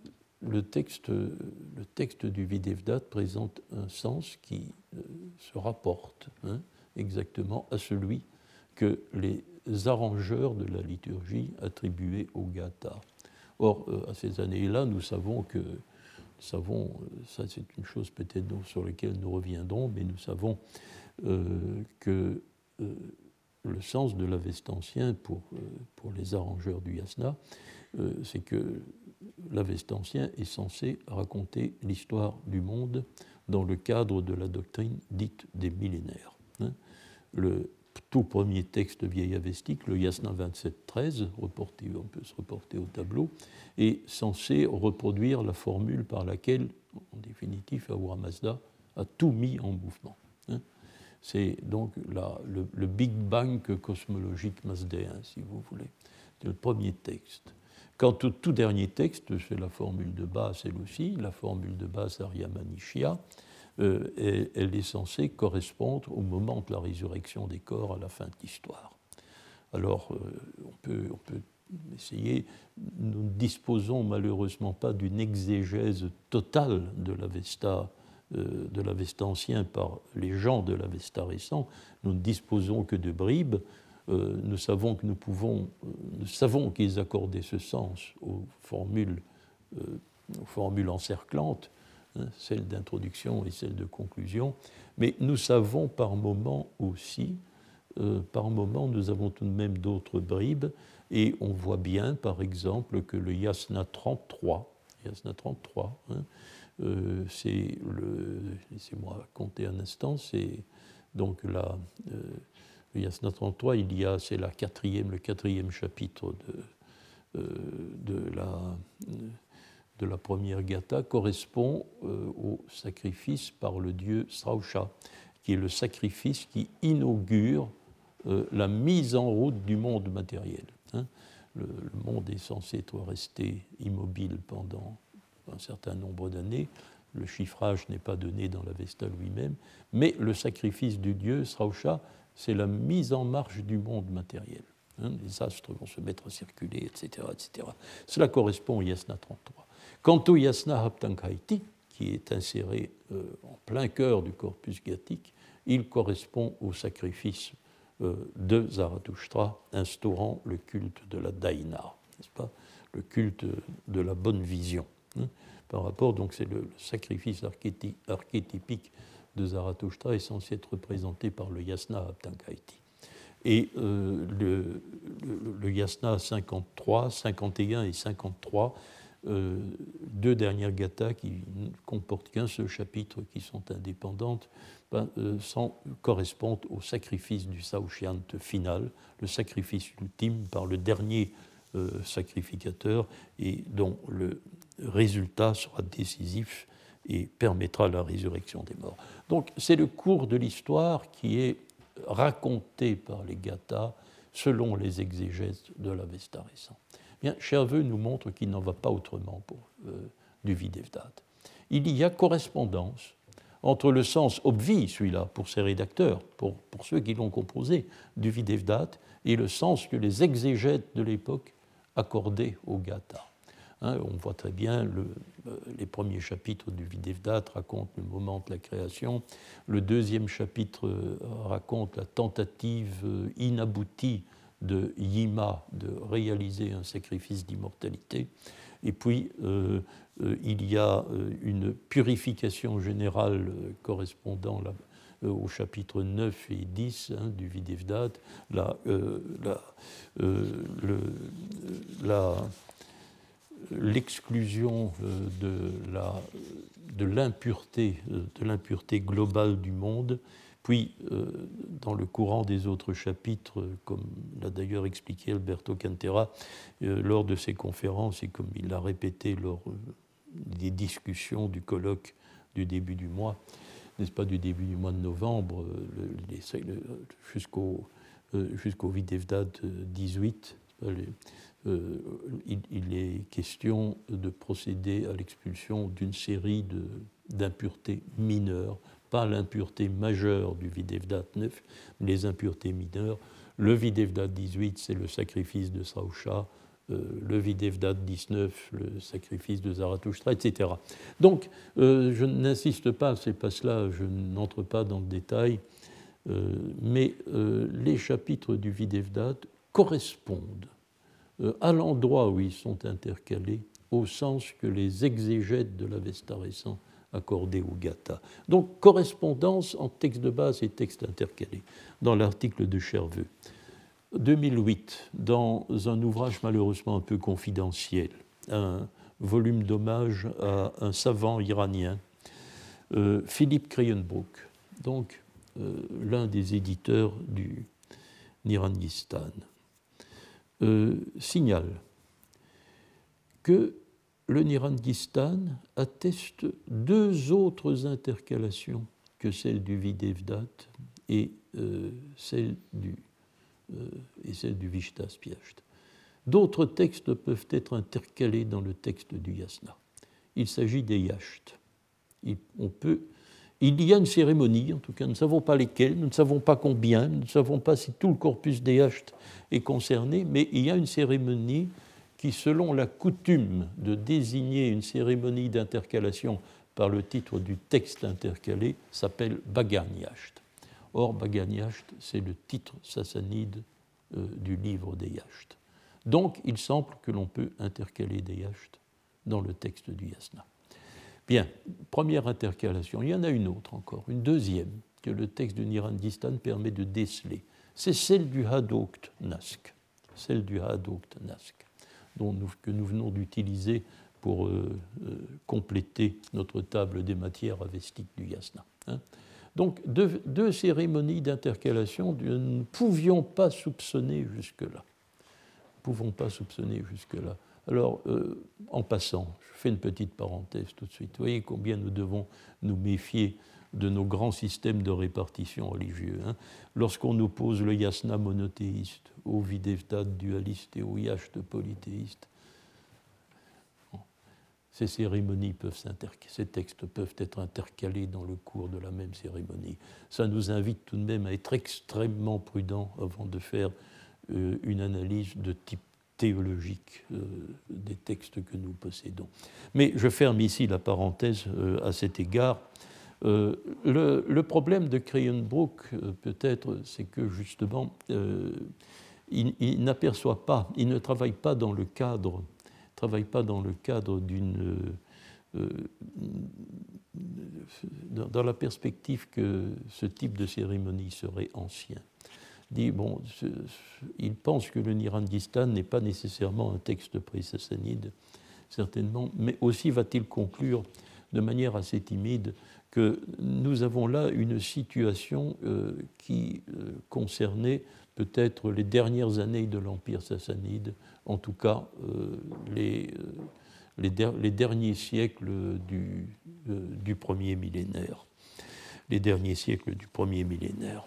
le, texte, le texte du Videvdat présente un sens qui euh, se rapporte hein, exactement à celui que les arrangeurs de la liturgie attribuaient au Gatha. Or, euh, à ces années-là, nous savons que, nous savons, ça c'est une chose peut-être sur laquelle nous reviendrons, mais nous savons euh, que euh, le sens de l'Avesta ancien pour, euh, pour les arrangeurs du Yasna, euh, c'est que l'Avesta ancien est censé raconter l'histoire du monde dans le cadre de la doctrine dite des millénaires. Hein. Le tout premier texte vieil avestique, le Yasna vingt-sept treize, reporté, on peut se reporter au tableau, est censé reproduire la formule par laquelle, en définitive, Ahura Mazda a tout mis en mouvement. Hein. C'est donc la, le, le Big Bang cosmologique mazdéen, si vous voulez. C'est le premier texte. Quant au tout dernier texte, c'est la formule de base, elle aussi, la formule de base Arya Manishya, euh, et, elle est censée correspondre au moment de la résurrection des corps à la fin de l'histoire. Alors, euh, on, peut, on peut essayer, nous ne disposons malheureusement pas d'une exégèse totale de l'Avesta de l'Avesta ancien par les gens de l'Avesta récent, nous ne disposons que de bribes. Euh, nous savons que nous pouvons, euh, nous savons qu'ils accordaient ce sens aux formules, euh, aux formules encerclantes, hein, celles d'introduction et celles de conclusion, mais nous savons par moments aussi, euh, par moments nous avons tout de même d'autres bribes, et on voit bien par exemple que le Yasna trente-trois, Yasna trente-trois, hein, Euh, c'est le, laissez-moi compter un instant, c'est donc la, euh, le Yasna trente-trois, il y a, c'est la quatrième, le quatrième chapitre de, euh, de, la, de la première Gatha, correspond euh, au sacrifice par le dieu Srausha, qui est le sacrifice qui inaugure euh, la mise en route du monde matériel. Hein. Le, le monde est censé être resté immobile pendant un certain nombre d'années. Le chiffrage n'est pas donné dans l'Avesta lui-même, mais le sacrifice du dieu, Srausha, c'est la mise en marche du monde matériel. Hein, les astres vont se mettre à circuler, et cetera, et cetera. Cela correspond au Yasna trente-trois. Quant au Yasna Haptankaiti, qui est inséré euh, en plein cœur du corpus gathique, il correspond au sacrifice euh, de Zarathustra, instaurant le culte de la Daïna, n'est-ce pas, le culte de la bonne vision. Hein, par rapport, donc c'est le, le sacrifice archéty, archétypique de Zarathustra est censé être représenté par le Yasna Haptankaiti. Et euh, le, le, le Yasna cinquante-trois, cinquante et un et cinquante-trois, euh, deux dernières gathas qui ne comportent qu'un seul chapitre, qui sont indépendantes, ben, euh, sans, correspondent au sacrifice du Saoshyant final, le sacrifice ultime par le dernier euh, sacrificateur, et dont le résultat sera décisif et permettra la résurrection des morts. Donc c'est le cours de l'histoire qui est raconté par les gathas selon les exégèses de l'Avesta récent. Bien, Cherveux nous montre qu'il n'en va pas autrement pour euh, du Videvdat. Il y a correspondance entre le sens obvi, celui-là, pour ses rédacteurs, pour, pour ceux qui l'ont composé, du Videvdat, et le sens que les exégètes de l'époque accordaient au Gatha. Hein, on voit très bien, le, euh, les premiers chapitres du Videvdat racontent le moment de la création, le deuxième chapitre euh, raconte la tentative euh, inaboutie de Yima de réaliser un sacrifice d'immortalité, et puis euh, euh, il y a euh, une purification générale euh, correspondant là, euh, au chapitre neuf et dix hein, du Videvdat, la, euh, la, euh, le, la l'exclusion de, la, de, l'impureté, de l'impureté globale du monde, puis dans le courant des autres chapitres, comme l'a d'ailleurs expliqué Alberto Cantera lors de ses conférences et comme il l'a répété lors des discussions du colloque du début du mois, n'est-ce pas, du début du mois de novembre, le, le, jusqu'au, jusqu'au Videvdat dix-huit, les, Euh, il, il est question de procéder à l'expulsion d'une série de, d'impuretés mineures pas l'impureté majeure du Videvdat neuf, mais les impuretés mineures. Le Videvdat dix-huit, c'est le sacrifice de Srausha, euh, le Videvdat dix-neuf, le sacrifice de Zarathustra, et cetera. Donc, euh, je n'insiste pas, c'est pas cela, je n'entre pas dans le détail, euh, mais euh, les chapitres du Videvdat correspondent euh, à l'endroit où ils sont intercalés, au sens que les exégètes de l'Avesta récent accordaient au Gatha. Donc, correspondance en texte de base et texte intercalé, dans l'article de Cherveux. deux mille huit, dans un ouvrage malheureusement un peu confidentiel, un volume d'hommage à un savant iranien, euh, Philippe Krienbrook, donc euh, l'un des éditeurs du Nirangistan, euh, signale que le Nirangistan atteste deux autres intercalations que celle du Videvdat et euh, celle du, euh, et celle du Vishtaspyasht. D'autres textes peuvent être intercalés dans le texte du Yasna. Il s'agit des Yasht. Il, on peut, il y a une cérémonie, en tout cas, nous ne savons pas lesquelles, nous ne savons pas combien, nous ne savons pas si tout le corpus des Yasht est concerné, mais il y a une cérémonie qui, selon la coutume de désigner une cérémonie d'intercalation par le titre du texte intercalé, s'appelle Bagan Yasht. Or, Bagan Yasht, c'est le titre sassanide euh, du livre des Yasht. Donc, il semble que l'on peut intercaler des Yasht dans le texte du Yasna. Bien, première intercalation. Il y en a une autre encore, une deuxième, que le texte du Nirangistan permet de déceler. C'est celle du Hadokht Nask. Celle du Hadokht Nask. Dont nous, que nous venons d'utiliser pour euh, euh, compléter notre table des matières avestiques du Yasna. Hein. Donc, deux, deux cérémonies d'intercalation, nous ne pouvions pas soupçonner jusque-là. Nous ne pouvons pas soupçonner jusque-là. Alors, euh, en passant, je fais une petite parenthèse tout de suite. Vous voyez combien nous devons nous méfier de nos grands systèmes de répartition religieux. Hein. Lorsqu'on oppose le yasna monothéiste au videvdat dualiste et au yasht polythéiste, bon, ces cérémonies peuvent s'intercaler, ces textes peuvent être intercalés dans le cours de la même cérémonie. Ça nous invite tout de même à être extrêmement prudents avant de faire euh, une analyse de type théologique euh, des textes que nous possédons. Mais je ferme ici la parenthèse euh, à cet égard. Euh, le, le problème de Krienbrook, euh, peut-être, c'est que justement, euh, il, il n'aperçoit pas, il ne travaille pas dans le cadre, travaille pas dans le cadre d'une, euh, dans, dans la perspective que ce type de cérémonie serait ancien. Dit, bon, ce, il pense que le Nirangistan n'est pas nécessairement un texte pré-sassanide, certainement, mais aussi va-t-il conclure de manière assez timide que nous avons là une situation euh, qui euh, concernait peut-être les dernières années de l'Empire sassanide, en tout cas euh, les, euh, les, der- les derniers siècles du, euh, du premier millénaire. Les derniers siècles du premier millénaire.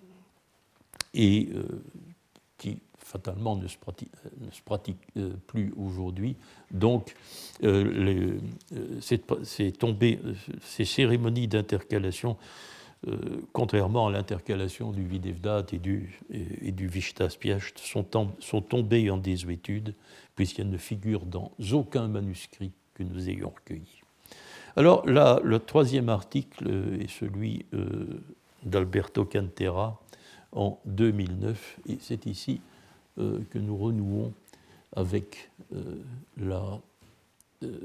Et euh, qui fatalement ne se pratique, ne se pratique euh, plus aujourd'hui. Donc, euh, les, euh, c'est, c'est tombé, euh, ces cérémonies d'intercalation, euh, contrairement à l'intercalation du Videvdat et du, et, et du Vishtaspyasht, sont, en, sont tombées en désuétude, puisqu'elles ne figurent dans aucun manuscrit que nous ayons recueilli. Alors, là, le troisième article est celui euh, d'Alberto Cantera, en deux mille neuf, et c'est ici euh, que nous renouons avec euh, la, euh,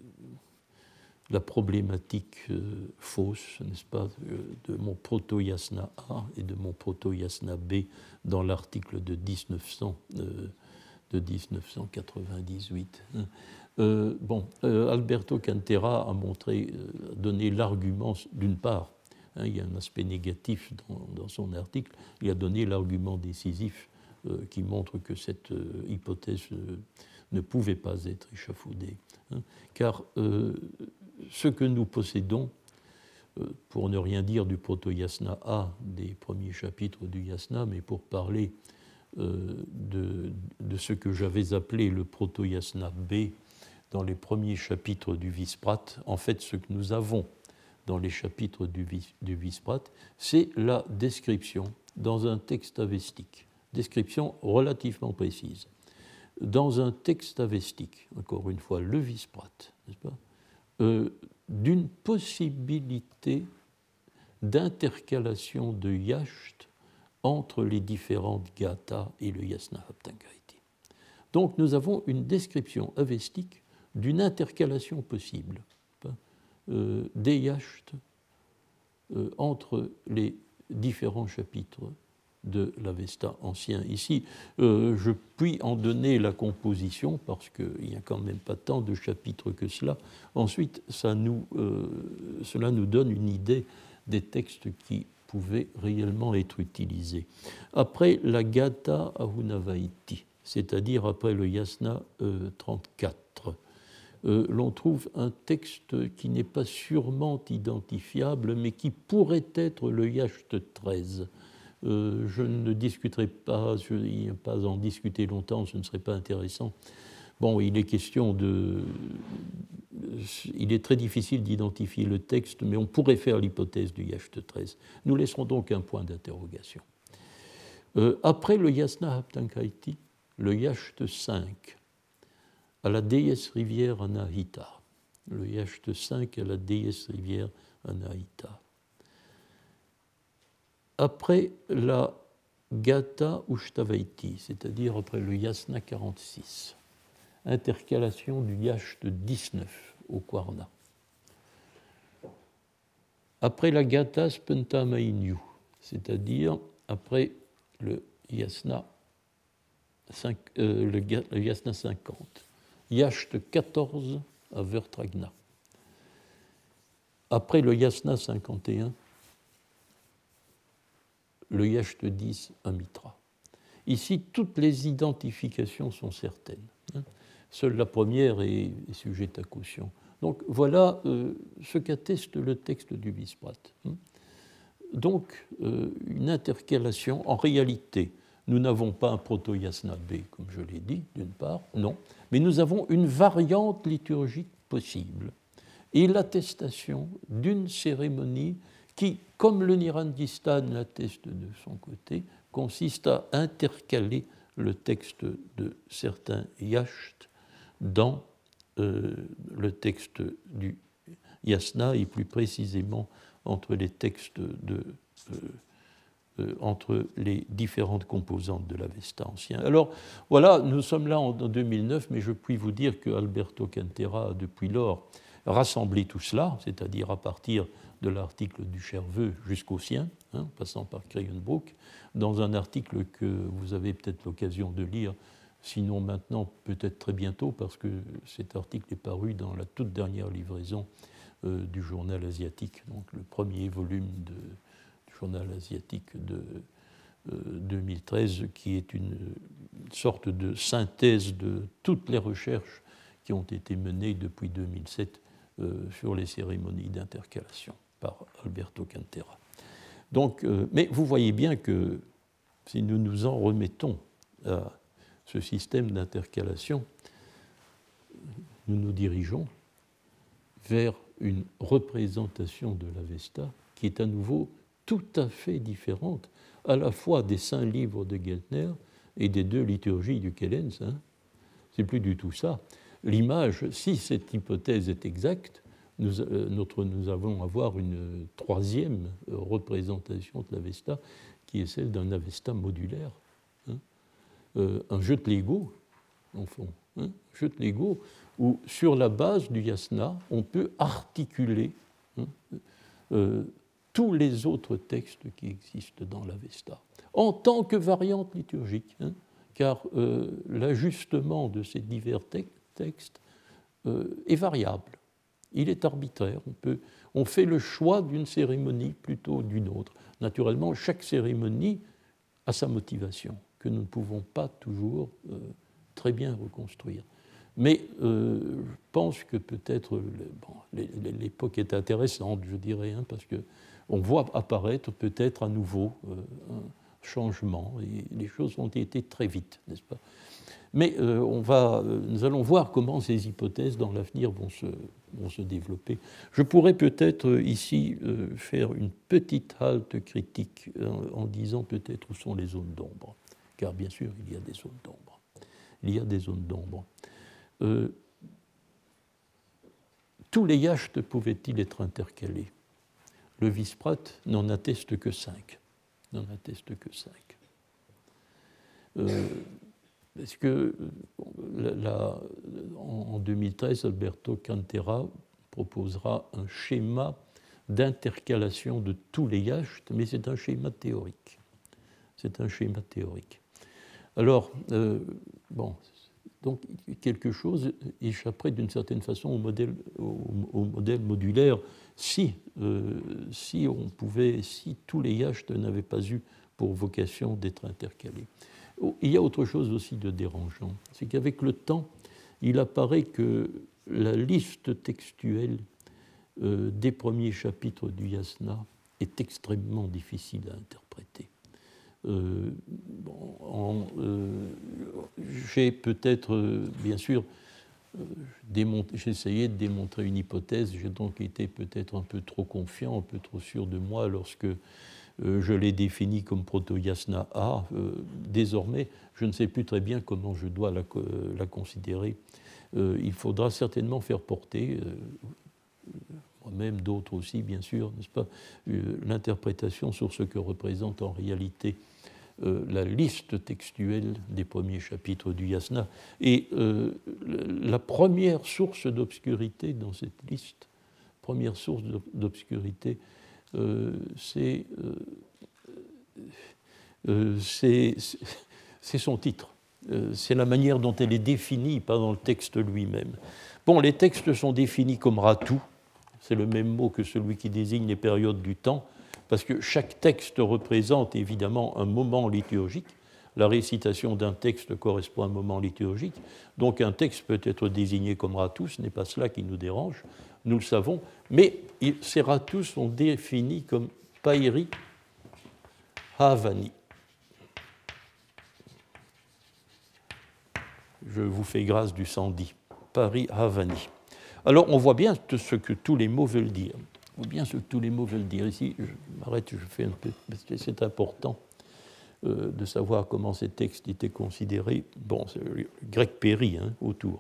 la problématique euh, fausse, n'est-ce pas, de mon proto-yasna A et de mon proto-yasna B dans l'article de, dix-neuf cents, euh, de dix-neuf cent quatre-vingt-dix-huit. Euh, bon, euh, Alberto Cantera a montré, euh, donné l'argument, d'une part, hein, il y a un aspect négatif dans, dans son article, il a donné l'argument décisif euh, qui montre que cette euh, hypothèse euh, ne pouvait pas être échafaudée. Hein, car euh, ce que nous possédons, euh, pour ne rien dire du proto-yasna A, des premiers chapitres du yasna, mais pour parler euh, de, de ce que j'avais appelé le proto-yasna B, dans les premiers chapitres du Visprat, en fait, ce que nous avons dans les chapitres du, du Visprat, c'est la description dans un texte avestique, description relativement précise. Dans un texte avestique, encore une fois, le Visprat, n'est-ce pas, euh, d'une possibilité d'intercalation de Yasht entre les différentes gathas et le Yasna Haptangaiti. Donc nous avons une description avestique d'une intercalation possible euh, des Yasht euh, entre les différents chapitres de l'Avesta ancien. Ici, euh, je puis en donner la composition parce qu'il n'y a quand même pas tant de chapitres que cela. Ensuite, ça nous, euh, cela nous donne une idée des textes qui pouvaient réellement être utilisés. Après la Gatha Ahunavaiti, c'est-à-dire après le Yasna euh, trente-quatre, euh, l'on trouve un texte qui n'est pas sûrement identifiable, mais qui pourrait être le Yasht treize. Euh, je ne discuterai pas, je ne vais pas en discuter longtemps, ce ne serait pas intéressant. Bon, il est question de... Il est très difficile d'identifier le texte, mais on pourrait faire l'hypothèse du Yasht treize. Nous laisserons donc un point d'interrogation. Euh, après le Yasna Haptangaiti, le Yasht cinq, à la déesse rivière Anahita. Le Yasht cinq à la déesse rivière Anahita. Après la Gatha Ushtavaiti, c'est-à-dire après le Yasna quarante-six, intercalation du Yasht dix-neuf au Kwarna. Après la Gatha Spentamainyu, c'est-à-dire après le Yasna, cinq, euh, le, le Yasna cinquante, Yasht quatorze à Vertragna. Après le Yasna cinquante et un, le Yasht dix à Mitra. Ici, toutes les identifications sont certaines. Hein. Seule la première est, est sujette à caution. Donc voilà euh, ce qu'atteste le texte du Visprat. Hein. Donc, euh, une intercalation, en réalité, nous n'avons pas un proto-Yasna B, comme je l'ai dit, d'une part, non, mais nous avons une variante liturgique possible et l'attestation d'une cérémonie qui, comme le Nirandistan l'atteste de son côté, consiste à intercaler le texte de certains Yasht dans euh, le texte du Yasna, et plus précisément entre les textes de, euh, euh, entre les différentes composantes de l'Avesta ancien. Alors voilà, nous sommes là en deux mille neuf, mais je puis vous dire que Alberto Cantera a depuis lors rassemblé tout cela, c'est-à-dire à partir de l'article du Cherveux jusqu'au sien, hein, passant par Krayenbrook, dans un article que vous avez peut-être l'occasion de lire, sinon maintenant, peut-être très bientôt, parce que cet article est paru dans la toute dernière livraison euh, du journal asiatique, donc le premier volume de, du journal asiatique de euh, deux mille treize, qui est une sorte de synthèse de toutes les recherches qui ont été menées depuis deux mille sept euh, sur les cérémonies d'intercalation par Alberto Cantera. Donc, euh, mais vous voyez bien que si nous nous en remettons à ce système d'intercalation, nous nous dirigeons vers une représentation de l'Avesta qui est à nouveau tout à fait différente, à la fois des saints livres de Geltner et des deux liturgies du Kellens. Hein. C'est plus du tout ça. L'image, si cette hypothèse est exacte, nous, euh, notre, nous allons avoir une troisième représentation de l'Avesta qui est celle d'un Avesta modulaire. Hein. Euh, un jeu de Lego, en fond, hein, jeu de Lego, où sur la base du Yasna, on peut articuler hein, euh, tous les autres textes qui existent dans l'Avesta, en tant que variante liturgique, hein, car euh, l'ajustement de ces divers te- textes euh, est variable. Il est arbitraire. On, peut, on fait le choix d'une cérémonie plutôt d'une autre. Naturellement, chaque cérémonie a sa motivation, que nous ne pouvons pas toujours euh, très bien reconstruire. Mais euh, je pense que peut-être bon, l'époque est intéressante, je dirais, hein, parce qu'on voit apparaître peut-être à nouveau euh, un changement, et les choses ont été très vite, n'est-ce pas ? Mais euh, on va, euh, nous allons voir comment ces hypothèses dans l'avenir vont se, vont se développer. Je pourrais peut-être euh, ici euh, faire une petite halte critique en, en disant peut-être où sont les zones d'ombre, car bien sûr il y a des zones d'ombre. Il y a des zones d'ombre. Euh, tous les yachts pouvaient-ils être intercalés? Le Visprat n'en atteste que cinq. N'en atteste que cinq. Euh, Parce que la, la, en deux mille treize, Alberto Cantera proposera un schéma d'intercalation de tous les yachts, mais c'est un schéma théorique. C'est un schéma théorique. Alors, euh, bon, donc quelque chose échapperait d'une certaine façon au modèle, au, au modèle modulaire si, euh, si on pouvait, si tous les yachts n'avaient pas eu pour vocation d'être intercalés. Il y a autre chose aussi de dérangeant, c'est qu'avec le temps, il apparaît que la liste textuelle euh, des premiers chapitres du Yasna est extrêmement difficile à interpréter. Euh, bon, en, euh, j'ai peut-être, euh, bien sûr, euh, démontré, j'ai essayé de démontrer une hypothèse, j'ai donc été peut-être un peu trop confiant, un peu trop sûr de moi lorsque Euh, je l'ai définie comme proto-yasna A. Euh, désormais, je ne sais plus très bien comment je dois la, la considérer. Euh, il faudra certainement faire porter, euh, moi-même, d'autres aussi, bien sûr, n'est-ce pas, euh, l'interprétation sur ce que représente en réalité euh, la liste textuelle des premiers chapitres du Yasna. Et euh, la première source d'obscurité dans cette liste, première source d'obscurité, Euh, c'est, euh, euh, c'est, c'est son titre. Euh, c'est la manière dont elle est définie, pas dans le texte lui-même. Bon, les textes sont définis comme ratou, c'est le même mot que celui qui désigne les périodes du temps, parce que chaque texte représente évidemment un moment liturgique. La récitation d'un texte correspond à un moment liturgique, donc un texte peut être désigné comme ratou, ce n'est pas cela qui nous dérange, nous le savons, mais ces ratus sont définis comme Pairi Havani. Je vous fais grâce du cent-dix, Pairi Havani. Alors on voit bien ce que tous les mots veulent dire. On voit bien ce que tous les mots veulent dire. Ici, je m'arrête, je fais un peu, parce que c'est important euh, de savoir comment ces textes étaient considérés. Bon, c'est le grec péri, hein, autour.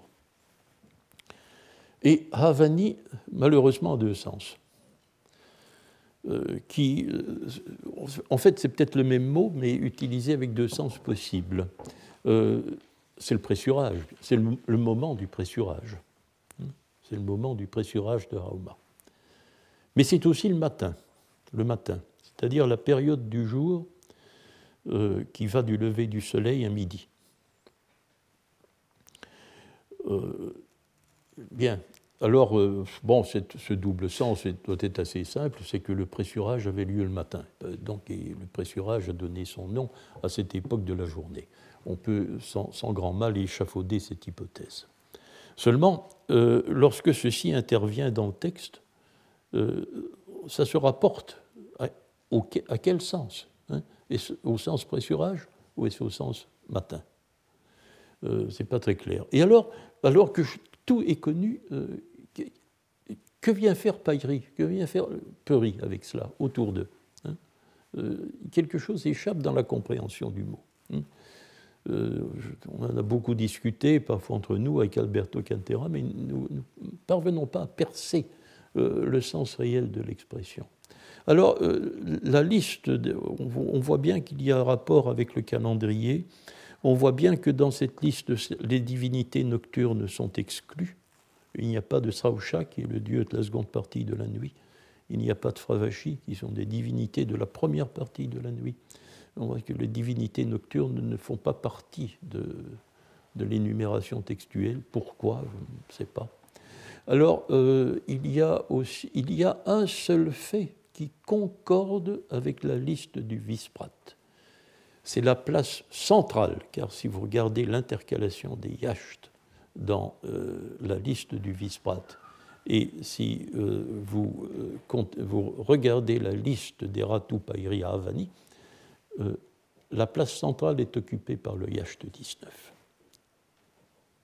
Et Havani, malheureusement, a deux sens. Euh, qui, euh, en fait, c'est peut-être le même mot, mais utilisé avec deux sens possibles. Euh, c'est le pressurage, c'est le, le moment du pressurage. C'est le moment du pressurage de Rauma. Mais c'est aussi le matin, le matin, c'est-à-dire la période du jour euh, qui va du lever du soleil à midi. Euh, bien. Alors, euh, bon, cette, ce double sens doit être assez simple, c'est que le pressurage avait lieu le matin. Donc, et le pressurage a donné son nom à cette époque de la journée. On peut, sans, sans grand mal, échafauder cette hypothèse. Seulement, euh, lorsque ceci intervient dans le texte, euh, ça se rapporte à, au, à quel sens, hein? Est-ce au sens pressurage ou est-ce au sens matin? euh, Ce n'est pas très clair. Et alors, alors que je, tout est connu, euh, que, que vient faire Pairi, que vient faire Peri avec cela, autour d'eux, hein? euh, Quelque chose échappe dans la compréhension du mot. Hein? Euh, on en a beaucoup discuté, parfois entre nous, avec Alberto Cantera, mais nous ne parvenons pas à percer euh, le sens réel de l'expression. Alors, euh, la liste, de, on voit bien qu'il y a un rapport avec le calendrier. On voit bien que dans cette liste, les divinités nocturnes sont exclues. Il n'y a pas de Srausha, qui est le dieu de la seconde partie de la nuit. Il n'y a pas de Fravashi, qui sont des divinités de la première partie de la nuit. On voit que les divinités nocturnes ne font pas partie de, de l'énumération textuelle. Pourquoi? Je ne sais pas. Alors, euh, il y a aussi, il y a un seul fait qui concorde avec la liste du Visprat. C'est la place centrale, car si vous regardez l'intercalation des yachts dans euh, la liste du Visprat, et si euh, vous, euh, compte, vous regardez la liste des Ratu Pairi Havani, euh, la place centrale est occupée par le yacht dix-neuf.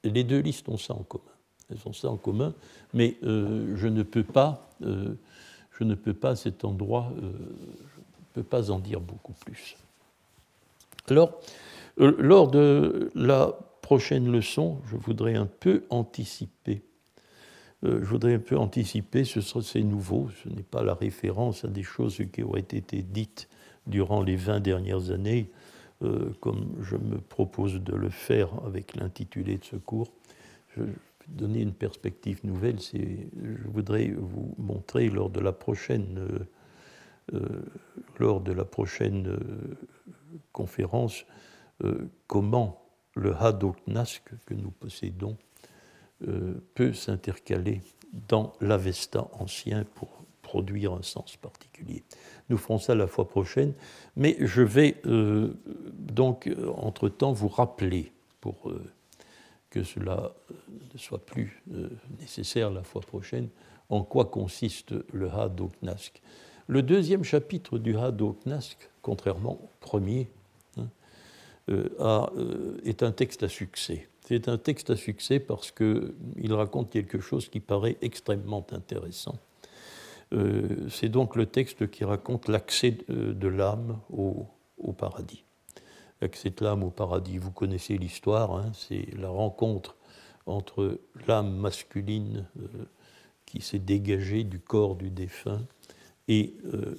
les deux listes ont ça en commun. Elles ont ça en commun, mais euh, je ne peux pas, euh, je ne peux pas à cet endroit, euh, je ne peux pas en dire beaucoup plus. Alors, euh, lors de la prochaine leçon, je voudrais un peu anticiper. Euh, je voudrais un peu anticiper, ce sera, c'est nouveau, ce n'est pas la référence à des choses qui auraient été dites durant les vingt dernières années, euh, comme je me propose de le faire avec l'intitulé de ce cours. Je vais donner une perspective nouvelle, c'est, je voudrais vous montrer lors de la prochaine, euh, euh, lors de la prochaine euh, conférence euh, comment le Hadok-Nask que nous possédons euh, peut s'intercaler dans l'Avesta ancien pour produire un sens particulier. Nous ferons ça la fois prochaine, mais je vais euh, donc entre-temps vous rappeler, pour euh, que cela ne soit plus euh, nécessaire la fois prochaine, en quoi consiste le Hadok-Nask. Le deuxième chapitre du Hadok-Nask, contrairement au premier, hein, euh, a, euh, est un texte à succès. C'est un texte à succès parce qu'il raconte quelque chose qui paraît extrêmement intéressant. Euh, c'est donc le texte qui raconte l'accès de, de l'âme au, au paradis. L'accès de l'âme au paradis, vous connaissez l'histoire, hein, c'est la rencontre entre l'âme masculine euh, qui s'est dégagée du corps du défunt et euh,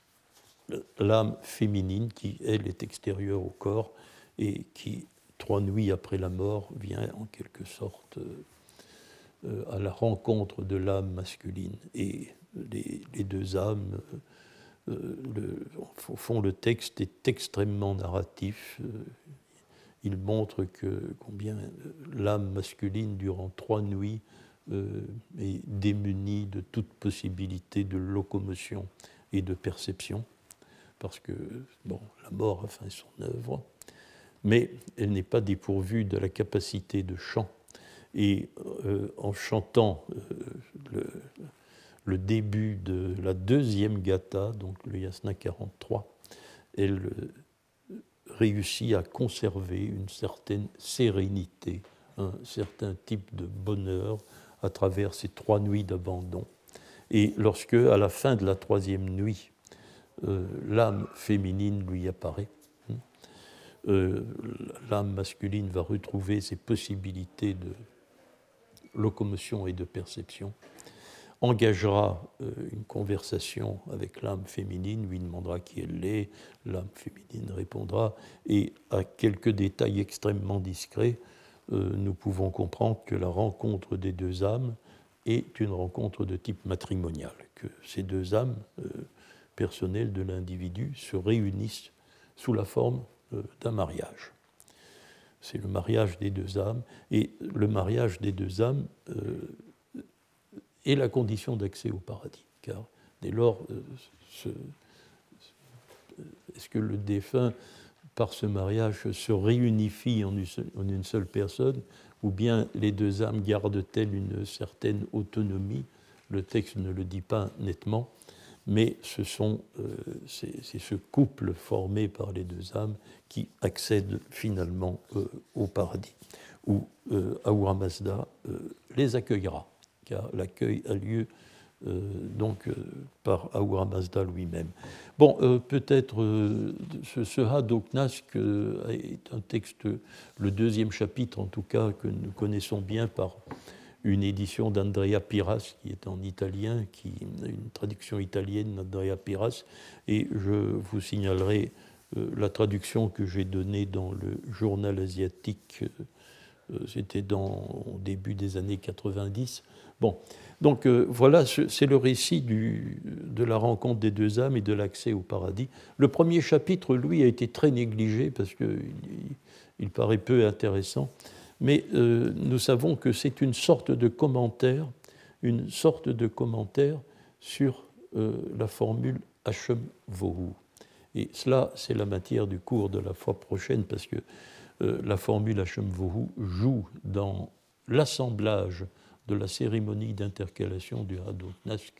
l'âme féminine qui, elle, est extérieure au corps et qui, trois nuits après la mort, vient en quelque sorte euh, à la rencontre de l'âme masculine. Et les, les deux âmes, euh, le, au fond, le texte est extrêmement narratif. Euh, il montre que combien l'âme masculine, durant trois nuits, euh, est démunie de toute possibilité de locomotion et de perception, parce que bon, la mort a fait son œuvre, mais elle n'est pas dépourvue de la capacité de chant. Et euh, en chantant euh, le, le début de la deuxième gatha, donc le yasna quarante-trois, elle euh, réussit à conserver une certaine sérénité, un certain type de bonheur à travers ces trois nuits d'abandon. Et lorsque, à la fin de la troisième nuit, euh, l'âme féminine lui apparaît, Euh, l'âme masculine va retrouver ses possibilités de locomotion et de perception, engagera euh, une conversation avec l'âme féminine, lui demandera qui elle est, l'âme féminine répondra, et à quelques détails extrêmement discrets, euh, nous pouvons comprendre que la rencontre des deux âmes est une rencontre de type matrimonial, que ces deux âmes euh, personnelles de l'individu se réunissent sous la forme d'un mariage. C'est le mariage des deux âmes, et le mariage des deux âmes euh, est la condition d'accès au paradis, car dès lors, euh, ce, est-ce que le défunt, par ce mariage, se réunifie en une, seule, en une seule personne, ou bien les deux âmes gardent-elles une certaine autonomie? Le texte ne le dit pas nettement, mais ce sont, euh, c'est, c'est ce couple formé par les deux âmes qui accède finalement euh, au paradis, où euh, Ahura Mazda euh, les accueillera, car l'accueil a lieu euh, donc euh, par Ahura Mazda lui-même. Bon, euh, peut-être euh, ce, ce Hadok-Nask euh, est un texte, le deuxième chapitre en tout cas, que nous connaissons bien par une édition d'Andrea Piras, qui est en italien, qui, une traduction italienne d'Andrea Piras, et je vous signalerai euh, la traduction que j'ai donnée dans le journal asiatique, euh, c'était dans, au début des années quatre-vingt-dix. Bon, donc euh, voilà, c'est le récit du, de la rencontre des deux âmes et de l'accès au paradis. Le premier chapitre, lui, a été très négligé, parce qu'il il paraît peu intéressant, mais euh, nous savons que c'est une sorte de commentaire, une sorte de commentaire sur euh, la formule Hashem Vohu. Et cela, c'est la matière du cours de la fois prochaine, parce que euh, la formule Hashem Vohu joue dans l'assemblage de la cérémonie d'intercalation du Hadok-Nask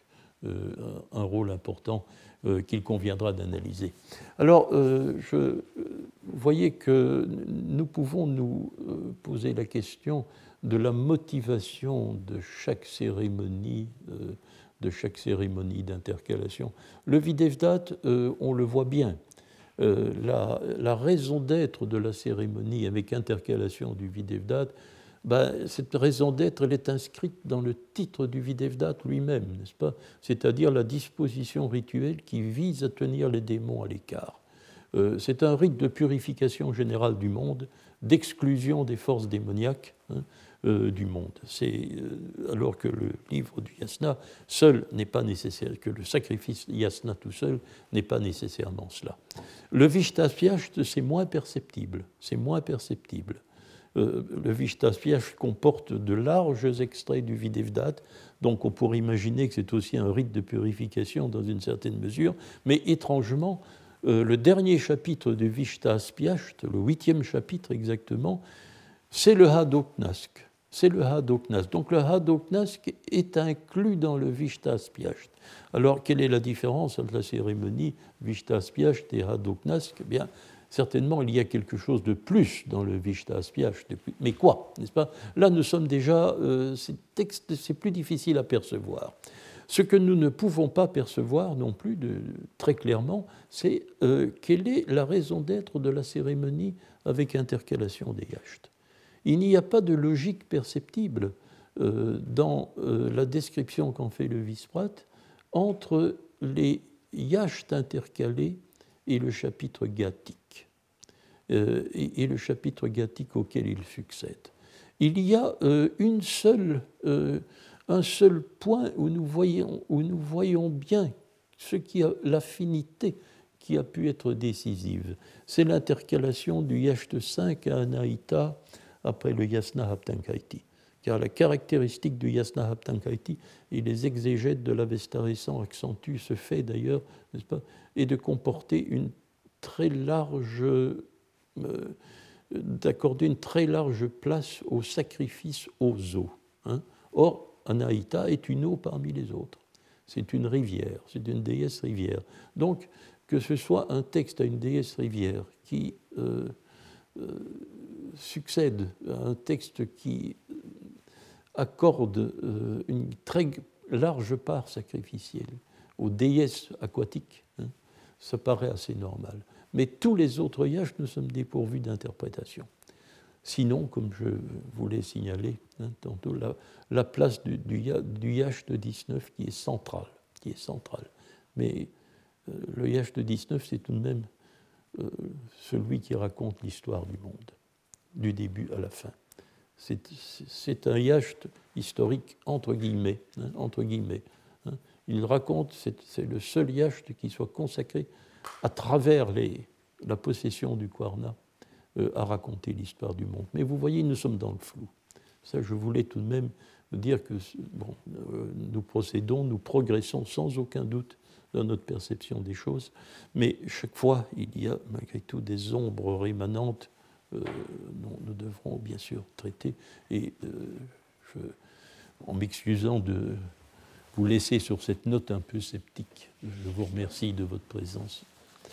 euh, un rôle important euh, qu'il conviendra d'analyser. Alors, euh, je, vous voyez que nous pouvons nous euh, poser la question de la motivation de chaque cérémonie, euh, de chaque cérémonie d'intercalation. Le Videvdat, euh, on le voit bien. Euh, la, la raison d'être de la cérémonie avec intercalation du Videvdat, ben, cette raison d'être, elle est inscrite dans le titre du Videvdat lui-même, n'est-ce pas? C'est-à-dire la disposition rituelle qui vise à tenir les démons à l'écart. Euh, c'est un rite de purification générale du monde, d'exclusion des forces démoniaques, hein, euh, du monde. C'est, euh, alors que le livre du yasna seul n'est pas nécessaire, que le sacrifice yasna tout seul n'est pas nécessairement cela. Le Vishtaspyasht, c'est moins perceptible, c'est moins perceptible. Euh, le Vishtaspyasht comporte de larges extraits du Videvdat, donc on pourrait imaginer que c'est aussi un rite de purification dans une certaine mesure, mais étrangement, euh, le dernier chapitre du Vishtaspyasht, le huitième chapitre exactement, c'est le Hadoknask. C'est le Hadoknask. Donc le Hadoknask est inclus dans le Vishtaspyasht. Alors, quelle est la différence entre la cérémonie Vishtaspyasht et Hadoknask? Eh bien, certainement, il y a quelque chose de plus dans le Vishtaspyasht. Mais quoi, n'est-ce pas? Là, nous sommes déjà... Euh, ces textes, c'est plus difficile à percevoir. Ce que nous ne pouvons pas percevoir non plus de, très clairement, c'est euh, quelle est la raison d'être de la cérémonie avec intercalation des yashts. Il n'y a pas de logique perceptible euh, dans euh, la description qu'en fait le Visprat entre les yashts intercalés et le chapitre gathique, euh, et, et le chapitre gathique auquel il succède. Il y a euh, une seule, euh, un seul point où nous voyons, où nous voyons bien ce qui a l'affinité qui a pu être décisive. C'est l'intercalation du yasht cinq à Anahita après le Yasna Haptankaiti. Car la caractéristique du Yasna Haptankaiti, et les exégètes de l'Avesta récent accentuent ce fait d'ailleurs, n'est-ce pas, est de comporter une très large, euh, d'accorder une très large place au sacrifice aux eaux. Hein. Or, Anahita est une eau parmi les autres. C'est une rivière, c'est une déesse rivière. Donc, que ce soit un texte à une déesse rivière qui euh, euh, succède à un texte qui accorde euh, une très large part sacrificielle aux déesses aquatiques, hein, ça paraît assez normal. Mais tous les autres yashts, nous sommes dépourvus d'interprétation. Sinon, comme je voulais signaler hein, tantôt, la, la place du, du, du yasht dix-neuf qui est centrale, qui est centrale. Mais euh, le yasht dix-neuf, c'est tout de même euh, celui qui raconte l'histoire du monde, du début à la fin. C'est, c'est un yasht historique entre guillemets, hein, entre guillemets. Hein. Il raconte, c'est, c'est le seul yasht qui soit consacré à travers les, la possession du Kwarna euh, à raconter l'histoire du monde. Mais vous voyez, nous sommes dans le flou. Ça, je voulais tout de même dire que bon, euh, nous procédons, nous progressons sans aucun doute dans notre perception des choses, mais chaque fois, il y a malgré tout des ombres rémanentes euh, dont nous devrons bien sûr traiter. Et euh, je, en m'excusant de vous laisser sur cette note un peu sceptique, je vous remercie de votre présence.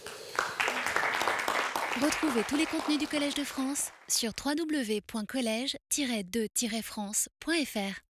Retrouvez tous les contenus du Collège de France sur w w w point collège tiret de tiret france point f r.